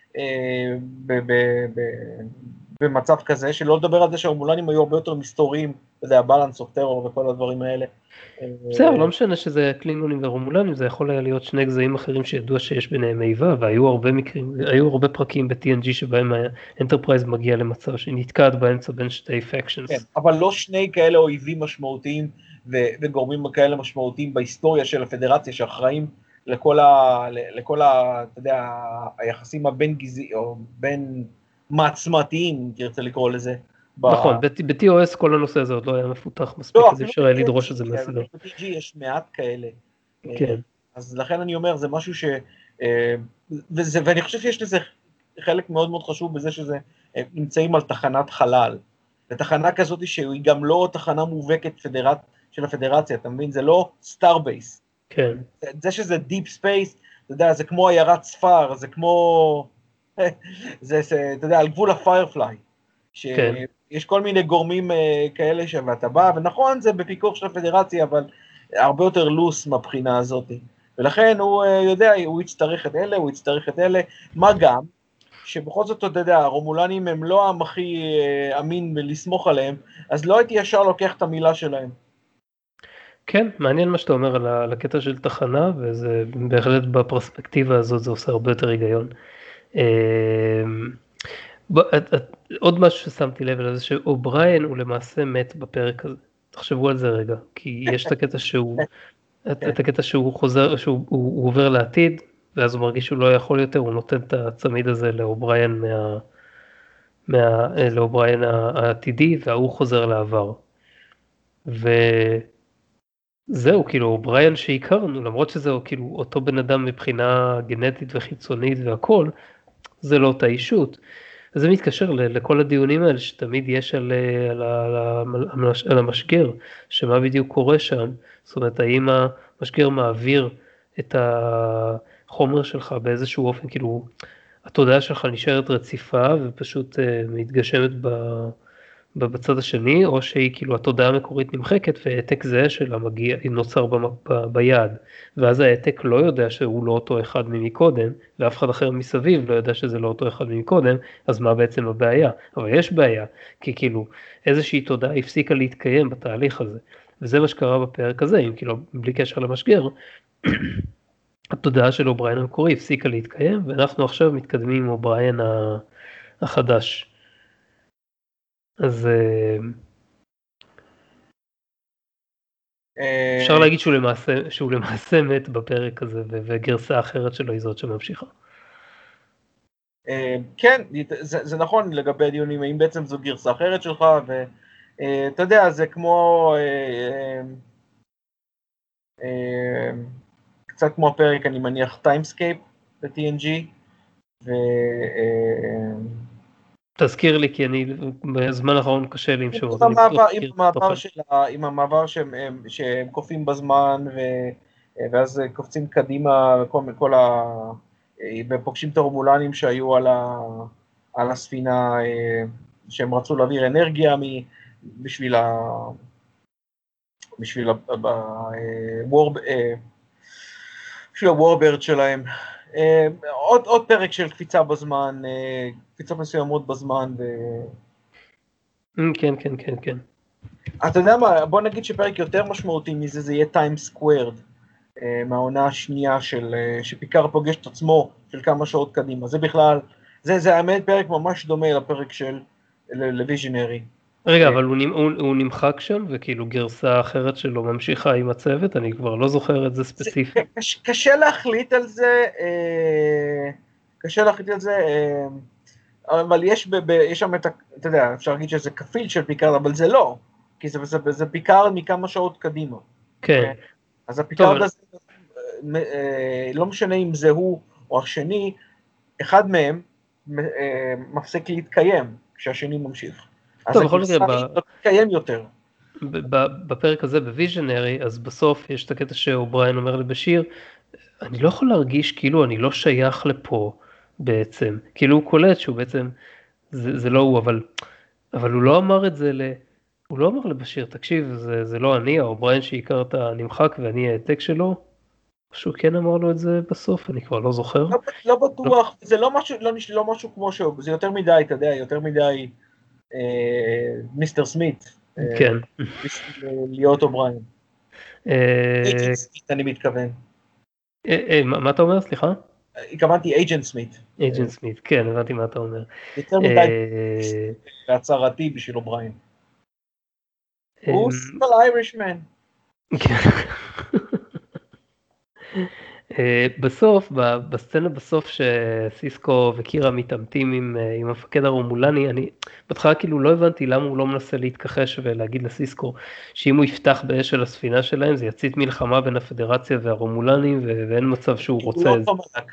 במצב כזה, שלא לדבר על זה שהרומולנים היו הרבה יותר מסתוריים, אתה יודע, בלנס אוף טרור וכל הדברים האלה. בסדר, לא משנה שזה קלינגונים ורומולנים, זה יכול היה להיות שני גזעים אחרים שידוע שיש ביניהם איבה, והיו הרבה מקרים, היו הרבה פרקים ב-TNG שבהם האנטרפרייז מגיע למצב שנתקעת באמצע בין שתי פקשנס. כן, אבל לא שני כאלה אויבים משמעותיים וגורמים כאלה משמעותיים בהיסטוריה של הפדרציה שאחראים לכל אתה יודע, היחסים הבין גזעי או בין מעצמתיים, אם תרצה לקרוא לזה. נכון, ב-TOS כל הנושא הזה עוד לא היה מפותח מספיק, אז אפשר היה לדרוש את זה מהסדר. ב-TG יש מעט כאלה. כן. אז לכן אני אומר, זה משהו ואני חושב שיש לזה חלק מאוד מאוד חשוב בזה שזה נמצאים על תחנת חלל. ותחנה כזאת שהיא גם לא תחנה מובהקת של הפדרציה, אתה מבין? זה לא סטארבייס. כן. זה שזה דיפ ספייס, אתה יודע, זה כמו עיירת ספר, זה כמו, אתה יודע, על גבול הפיירפליי. שיש כל מיני גורמים כאלה שאתה בא, ונכון, זה בפיקוח של הפדרציה, אבל הרבה יותר לוס מהבחינה הזאת. ולכן הוא יודע, הוא יצטרך את אלה, הוא יצטרך את אלה, מה גם, שבכל זאת, אתה יודע, הרומולנים הם לא העם הכי אמין לסמוך עליהם, אז לא הייתי ישר לוקח את המילה שלהם. כן, מעניין מה שאתה אומר על הקטע של תחנה, וזה בהחלט בפרספקטיבה הזאת זה עושה הרבה יותר היגיון. עוד משהו ששמתי לב על זה, שאובריין הוא למעשה מת בפרק הזה. תחשבו על זה רגע, כי יש את הקטע שהוא חוזר, שהוא עובר לעתיד, ואז הוא מרגיש שהוא לא יכול יותר, הוא נותן את הצמיד הזה לאובריין לאובריין העתידי, והוא חוזר לעבר. וזהו, כאילו, אובריין שהכרנו, למרות שזה כאילו אותו בן אדם מבחינה גנטית וחיצונית והכל, זה לא אותה אישות. זה מתקשר לכל הדיונים האלה שתמיד יש על המשגר, שמה בדיוק קורה שם, זאת אומרת, האם המשגר מעביר את החומר שלך באיזשהו אופן, כאילו, התודעה שלך נשארת רציפה ופשוט מתגשמת בצד השני, או שהיא כאילו התודעה המקורית נמחקת והעתק זה שלה מגיע, נוצר ביד, ואז העתק לא יודע שהוא לא אותו אחד ממקודם, ואף אחד אחר מסביב לא יודע שזה לא אותו אחד ממקודם, אז מה בעצם הבעיה? אבל יש בעיה, כי כאילו איזושהי תודעה הפסיקה להתקיים בתהליך הזה, וזה מה שקרה בפרק הזה, אם כאילו בלי קשר למשגר, התודעה של אובריין המקורי הפסיקה להתקיים, ואנחנו עכשיו מתקדמים עם אובריין החדש. אז אפשר להגיד שהוא למעשה מת בפרק הזה, וגרסה אחרת שלו היא זאת שממשיכה. כן, זה נכון לגבי הדיונים, האם בעצם זו גרסה אחרת שלך, ואתה יודע, זה כמו, קצת כמו הפרק, אני מניח, טיימסקייפ ב-TNG, תזכיר לי, כי אני בזמן האחרון קשה לי עם שוב, אז אני בטוח מכיר את התוכן. עם המעבר שהם קופאים בזמן, ואז קופצים קדימה, ופוגשים את הרומולנים שהיו על הספינה, שהם רצו להעביר אנרגיה בשביל הוורברד שלהם. עוד פרק של קפיצה בזמן, קפיצות מסוימות בזמן. כן, כן, כן, כן. אתה יודע מה, בוא נגיד שפרק יותר משמעותי מזה, זה יהיה טיים סקווארד, מהעונה השנייה שפיקארד פוגש את עצמו של כמה שעות קדימה. זה בכלל, זה האמת פרק ממש דומה לפרק של לוויז'נרי. רגע, אבל הוא נמחק שם, וכאילו גרסה אחרת שלו ממשיכה עם הצוות, אני כבר לא זוכר את זה ספציפית. קשה להחליט על זה, אבל יש שם את, אתה יודע, אפשר להגיד שזה כפיל של פיקארד, אבל זה לא, כי זה פיקארד מכמה שעות קדימה. כן. אז הפיקארד הזה, לא משנה אם זה הוא או השני, אחד מהם מפסיק להתקיים כשהשני ממשיך. אז הגרסה לא תתקיים יותר. בפרק הזה בוויז'נרי, אז בסוף יש את הקטע שאובריין אומר לבשיר, אני לא יכול להרגיש כאילו אני לא שייך לפה בעצם, כאילו הוא קולט שהוא בעצם, זה לא הוא, אבל הוא לא אמר את זה הוא לא אמר לבשיר, תקשיב, זה לא אני, האובריין שהכרת נמחק ואני העתק שלו, שהוא כן אמר לו את זה בסוף, אני כבר לא זוכר. לא בטוח, זה לא משהו כמו שהוא, זה יותר מדי, אתה יודע, יותר מדי מיסטר סמית. כן. להיות אובריין. אייג'נט סמית, אני מתכוון. מה אתה אומר, סליחה? התכוונתי אייג'נט סמית. אייג'נט סמית, כן, הבנתי מה אתה אומר. יותר מדי בהצהרתי בשביל אובריין. הוא סמל איירישמן. בסוף, בסצנה בסוף שסיסקו וקירה מתעמתים עם המפקד הרומולני, אני בהתחלה כאילו לא הבנתי למה הוא לא מנסה להתכחש ולהגיד לסיסקו שאם הוא יפתח באש של הספינה שלהם זה יצית מלחמה בין הפדרציה והרומולנים ואין מצב שהוא רוצה. הוא לא מלאק.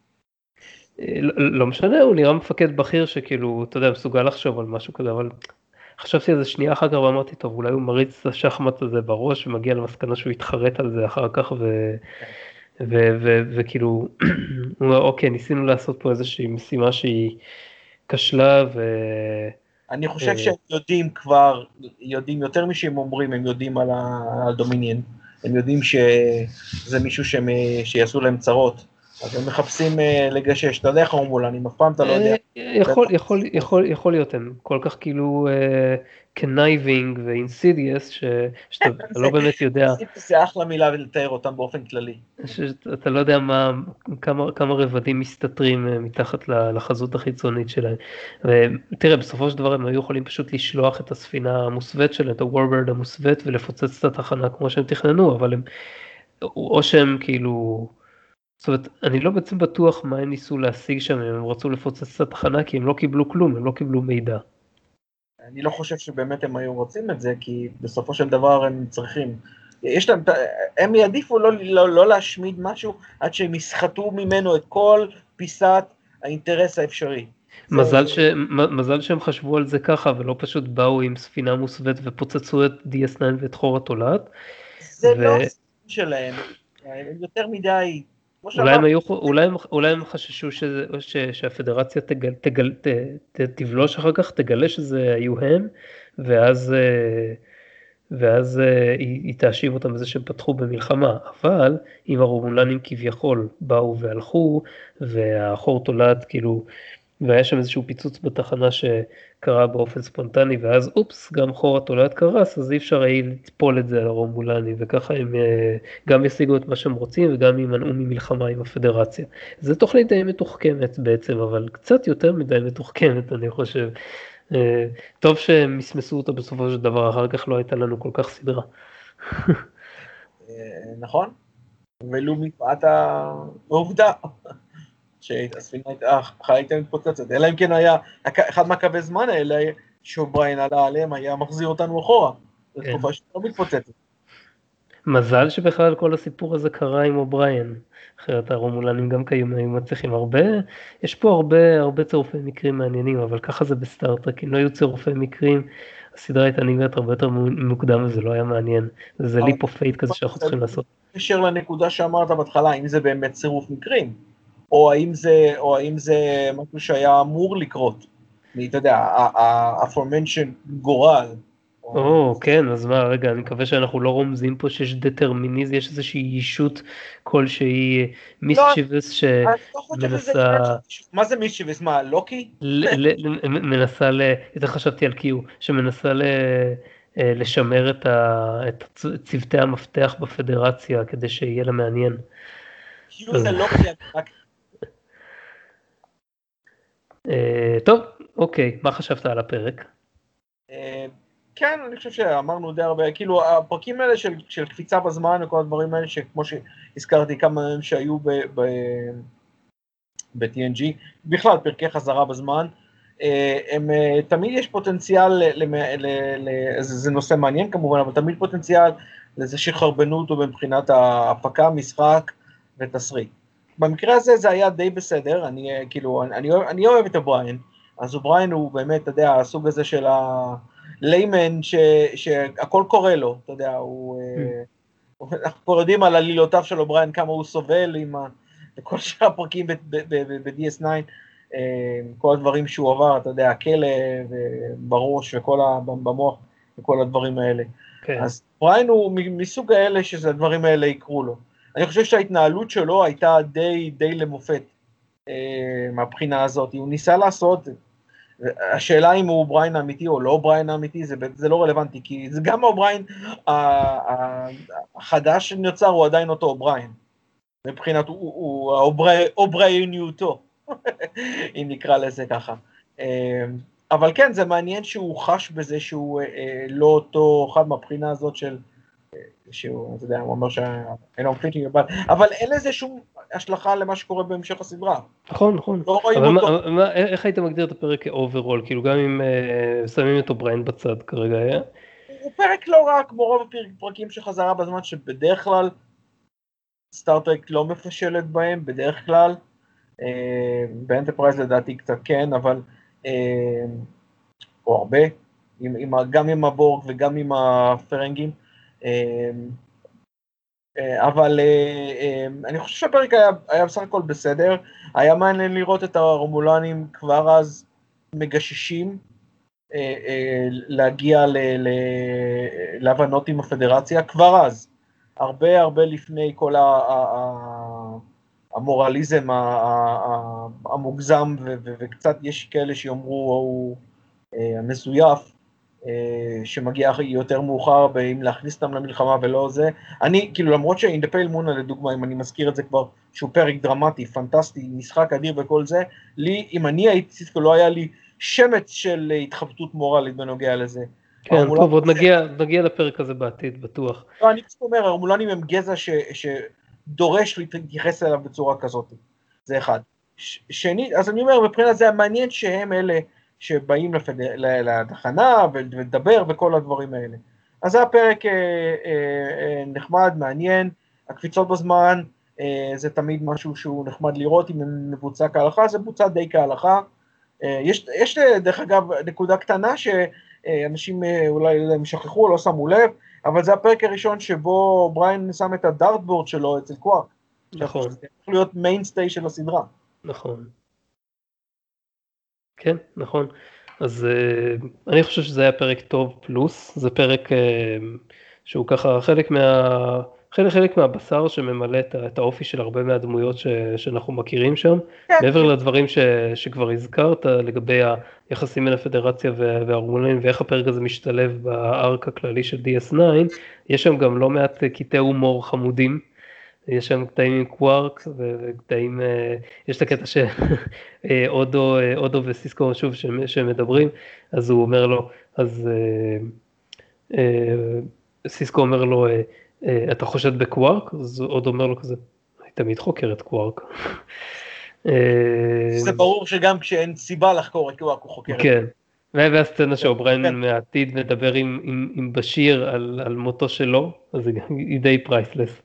לא משנה, הוא נראה מפקד בכיר שכאילו, אתה יודע, מסוגל לחשוב על משהו כזה, אבל חשבתי על זה שנייה אחר כך ואמרתי, טוב, אולי הוא מריץ את השחמט הזה בראש ומגיע למסקנה שהוא יתחרט על זה אחר כך וכאילו, הוא אומר, אוקיי, ניסינו לעשות פה איזושהי משימה שהיא כשלה אני חושב שהם יודעים יותר משהם אומרים, הם יודעים על הדומיניאן, הם יודעים שזה מישהו שיעשו להם צרות, אז הם מחפשים לגשש, אתה יודע איך הרומולנים, אף פעם אתה לא יודע. יכול להיות, הם כל כך כאילו קנייבינג ואינסידיאס, שאתה לא באמת יודע. זה אחלה מילה לתאר אותם באופן כללי. אתה לא יודע כמה רבדים מסתתרים מתחת לחזות החיצונית שלהם. ותראה, בסופו של דבר הם היו יכולים פשוט לשלוח את הספינה המוסווית שלהם, את הוורברד המוסווית, ולפוצץ את התחנה כמו שהם תכננו, אבל או שהם כאילו, זאת אומרת, אני לא בעצם בטוח מה הם ניסו להשיג שם, הם רצו לפוצץ את התחנה, כי הם לא קיבלו כלום, הם לא קיבלו מידע. אני לא חושב שבאמת הם היו רוצים את זה, כי בסופו של דבר הם צריכים, הם יעדיפו לא להשמיד משהו, עד שהם יסחטו ממנו את כל פיסת האינטרס האפשרי. מזל שהם חשבו על זה ככה, ולא פשוט באו עם ספינה מוסווית ופוצצו את DS9 ואת חור התולעת. זה לא הסיפור שלהם, הם יותר מדי, אולי הם חששו שהפדרציה תבלוש אחר כך, תגלה שזה היו הם, ואז היא תאשיב אותם בזה שהם פתחו במלחמה, אבל אם הרומולנים כביכול באו והלכו, והחור תולעת כאילו, והיה שם איזשהו פיצוץ בתחנה שקרה באופן ספונטני, ואז אופס, גם חור התולעת קרס, אז אי אפשר היה לטפול את זה על הרומולני, וככה הם גם ישיגו את מה שהם רוצים, וגם יימנעו ממלחמה עם הפדרציה. זו תוכנית די מתוחכמת בעצם, אבל קצת יותר מדי מתוחכמת, אני חושב. טוב שהם מסמסו אותה בסופו של דבר, אחר כך לא הייתה לנו כל כך סדרה. נכון, ולו מפאת העובדה. שהספינה הייתה מתפוצצת, אלא אם כן היה, אחד מהקווי זמן האלה, שאובריין עלה עליהם, היה מחזיר אותנו אחורה, לתקופה שלא מתפוצצת. מזל שבכלל כל הסיפור הזה קרה עם אובריין, אחרת הרומולנים גם כיום היו מצליחים יש פה הרבה צירופי מקרים מעניינים, אבל ככה זה בסטארטרק, אם לא היו צירופי מקרים, הסדרה הייתה נגמרת הרבה יותר מוקדם וזה לא היה מעניין, זה ליפ אוף פייט כזה שאנחנו צריכים לעשות. קשר לנקודה שאמרת בהתחלה, האם זה באמת צירוף מקרים, או האם זה משהו שהיה אמור לקרות, אתה יודע, ה-aforementioned גורל. כן, אז מה, רגע, אני מקווה שאנחנו לא רומזים פה שיש דטרמיניזם, יש איזושהי אישות כלשהי מיסצ'יבס שמנסה... מה זה מיסצ'יבס? מה, לוקי? מנסה, יותר חשבתי על קיו, שמנסה לשמר את צוותי המפתח בפדרציה כדי שיהיה לה מעניין. קיו זה לוקי, טוב, אוקיי, מה חשבת על הפרק? כן, אני חושב שאמרנו די הרבה, כאילו הפרקים האלה של קפיצה בזמן וכל הדברים האלה, שכמו שהזכרתי כמה מהם שהיו ב-TNG, בכלל פרקי חזרה בזמן, הם תמיד יש פוטנציאל, זה נושא מעניין כמובן, אבל תמיד פוטנציאל לזה שחרבנו אותו מבחינת ההפקה, משחק ותסריט. במקרה הזה זה היה די בסדר, אני אוהב את אובריין, אז אובריין הוא באמת, אתה יודע, הסוג הזה של הליימן שהכל קורה לו, אתה יודע, אנחנו כבר יודעים על עלילותיו של אובריין, כמה הוא סובל בכל שאר הפרקים ב-DS9, כל הדברים שהוא עבר, אתה יודע, הכלא בראש במוח וכל הדברים האלה. אז אובריין הוא מסוג האלה שזה הדברים האלה יקרו לו. אני חושב שההתנהלות שלו הייתה די למופת מהבחינה הזאת. הוא ניסה לעשות, השאלה אם הוא אובריין האמיתי או לא אובריין האמיתי, זה לא רלוונטי, כי זה גם האובריין החדש שנוצר, הוא עדיין אותו אובריין. מבחינת הוא האובריינותו, אם נקרא לזה ככה. אבל כן, זה מעניין שהוא חש בזה שהוא לא אותו אחד מהבחינה הזאת שהוא, אתה יודע, הוא אומר שאינו מפיטינג, אבל אין לזה שום השלכה למה שקורה בהמשך הסדרה. נכון. לא רואים אותו. איך היית מגדיר את הפרק כאוברול? כאילו גם אם שמים את אובריין בצד כרגע היה? הוא פרק לא רע, כמו רוב הפרקים שחזרה בזמן, שבדרך כלל סטארטרק לא מפשלת בהם, בדרך כלל. באנטרפרייז לדעתי קצת כן, אבל או הרבה, גם עם הבורג וגם עם הפרנגים. אבל אני חושב שהפרק היה בסך הכל בסדר, היה מעניין לראות את הרומולנים כבר אז מגששים, להגיע להבנות עם הפדרציה, כבר אז, הרבה לפני כל המורליזם המוגזם, וקצת יש כאלה שיאמרו הוא מזויף, שמגיע יותר מאוחר, אם להכניס אותם למלחמה ולא זה. אני, כאילו, למרות ש-In the Pale Moon, לדוגמה, אם אני מזכיר את זה כבר, שהוא פרק דרמטי, פנטסטי, משחק אדיר וכל זה, אם אני הייתי סיסקו, לא היה לי שמץ של התחבטות מורלית בנוגע לזה. כן, טוב, עוד נגיע לפרק הזה בעתיד, בטוח. לא, אני פשוט אומר, הרומולנים הם גזע שדורש להתייחס אליו בצורה כזאת. זה אחד. שנית, אז אני אומר, מבחינת זה המעניין שהם אלה שבאים לתחנה ולדבר וכל הדברים האלה. אז זה הפרק נחמד, מעניין, הקפיצות בזמן, זה תמיד משהו שהוא נחמד לראות, אם הם מבוצע כהלכה, זה בוצע די כהלכה. יש דרך אגב נקודה קטנה שאנשים אולי הם שכחו, לא שמו לב, אבל זה הפרק הראשון שבו בריין שם את הדארטבורד שלו אצל קווארק. נכון. זה יכול להיות מיינסטיי של הסדרה. נכון. כן, נכון. אז אני חושב שזה היה פרק טוב פלוס, זה פרק שהוא ככה חלק מהבשר שממלא את האופי של הרבה מהדמויות שאנחנו מכירים שם, מעבר לדברים שכבר הזכרת לגבי היחסים בין הפדרציה והרומולנים ואיך הפרק הזה משתלב בארק הכללי של DS9, יש שם גם לא מעט קטעי הומור חמודים, יש שם קטעים עם קווארק וקטעים, יש את הקטע שאודו וסיסקו שוב שמדברים, אז הוא אומר לו, אז סיסקו אומר לו, אתה חושד בקווארק? אז אודו אומר לו כזה, אני תמיד חוקר את קווארק. זה ברור שגם כשאין סיבה לחקור, כי הוא חוקר. כן, והסצנה שאובריין מהעתיד מדבר עם בשיר על מותו שלו, אז היא די פרייסלס.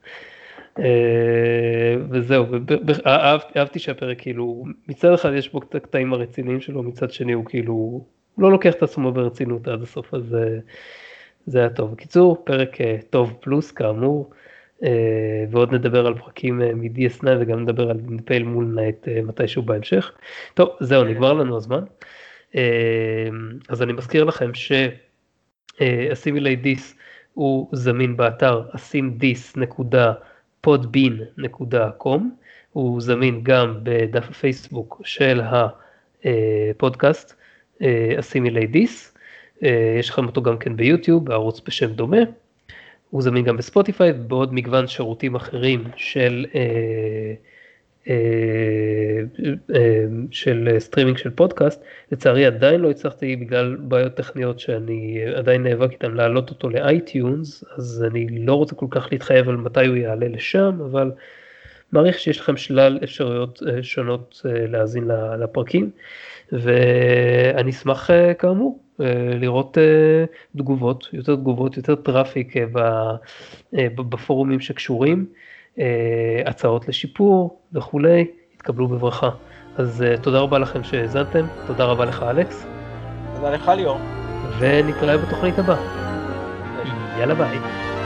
וזהו, אהבתי שהפרק כאילו, מצד אחד יש בו קצת קטעים הרציניים שלו, מצד שני הוא כאילו, לא לוקח את עצמו ברצינות עד הסוף, אז זה היה טוב. בקיצור, פרק טוב פלוס כאמור, ועוד נדבר על פרקים מ-DS9 וגם נדבר על נפל מול נייט מתישהו בהמשך. טוב, זהו, נגמר לנו הזמן. אז אני מזכיר לכם ש-Assimilate This הוא זמין באתר asimdis.podbean.com, הוא זמין גם בדף הפייסבוק של הפודקאסט Assimilate This, יש לכם אותו גם כן ביוטיוב, בערוץ בשם דומה, הוא זמין גם בספוטיפיי ובעוד מגוון שירותים אחרים של סטרימינג של פודקאסט. לצערי עדיין לא הצלחתי בגלל בעיות טכניות שאני עדיין נאבק איתן להעלות אותו לאייטיונס, אז אני לא רוצה כל כך להתחייב על מתי הוא יעלה לשם, אבל מעריך שיש לכם שלל אפשרויות שונות להאזין לפרקים, ואני אשמח כאמור לראות תגובות, יותר טראפיק בפורומים שקשורים, הצעות לשיפור וכולי, התקבלו בברכה. אז תודה רבה לכם שהאזנתם, תודה רבה לך אלכס. תודה לך ליאור. ונתראה בתוכנית הבאה. יאללה ביי.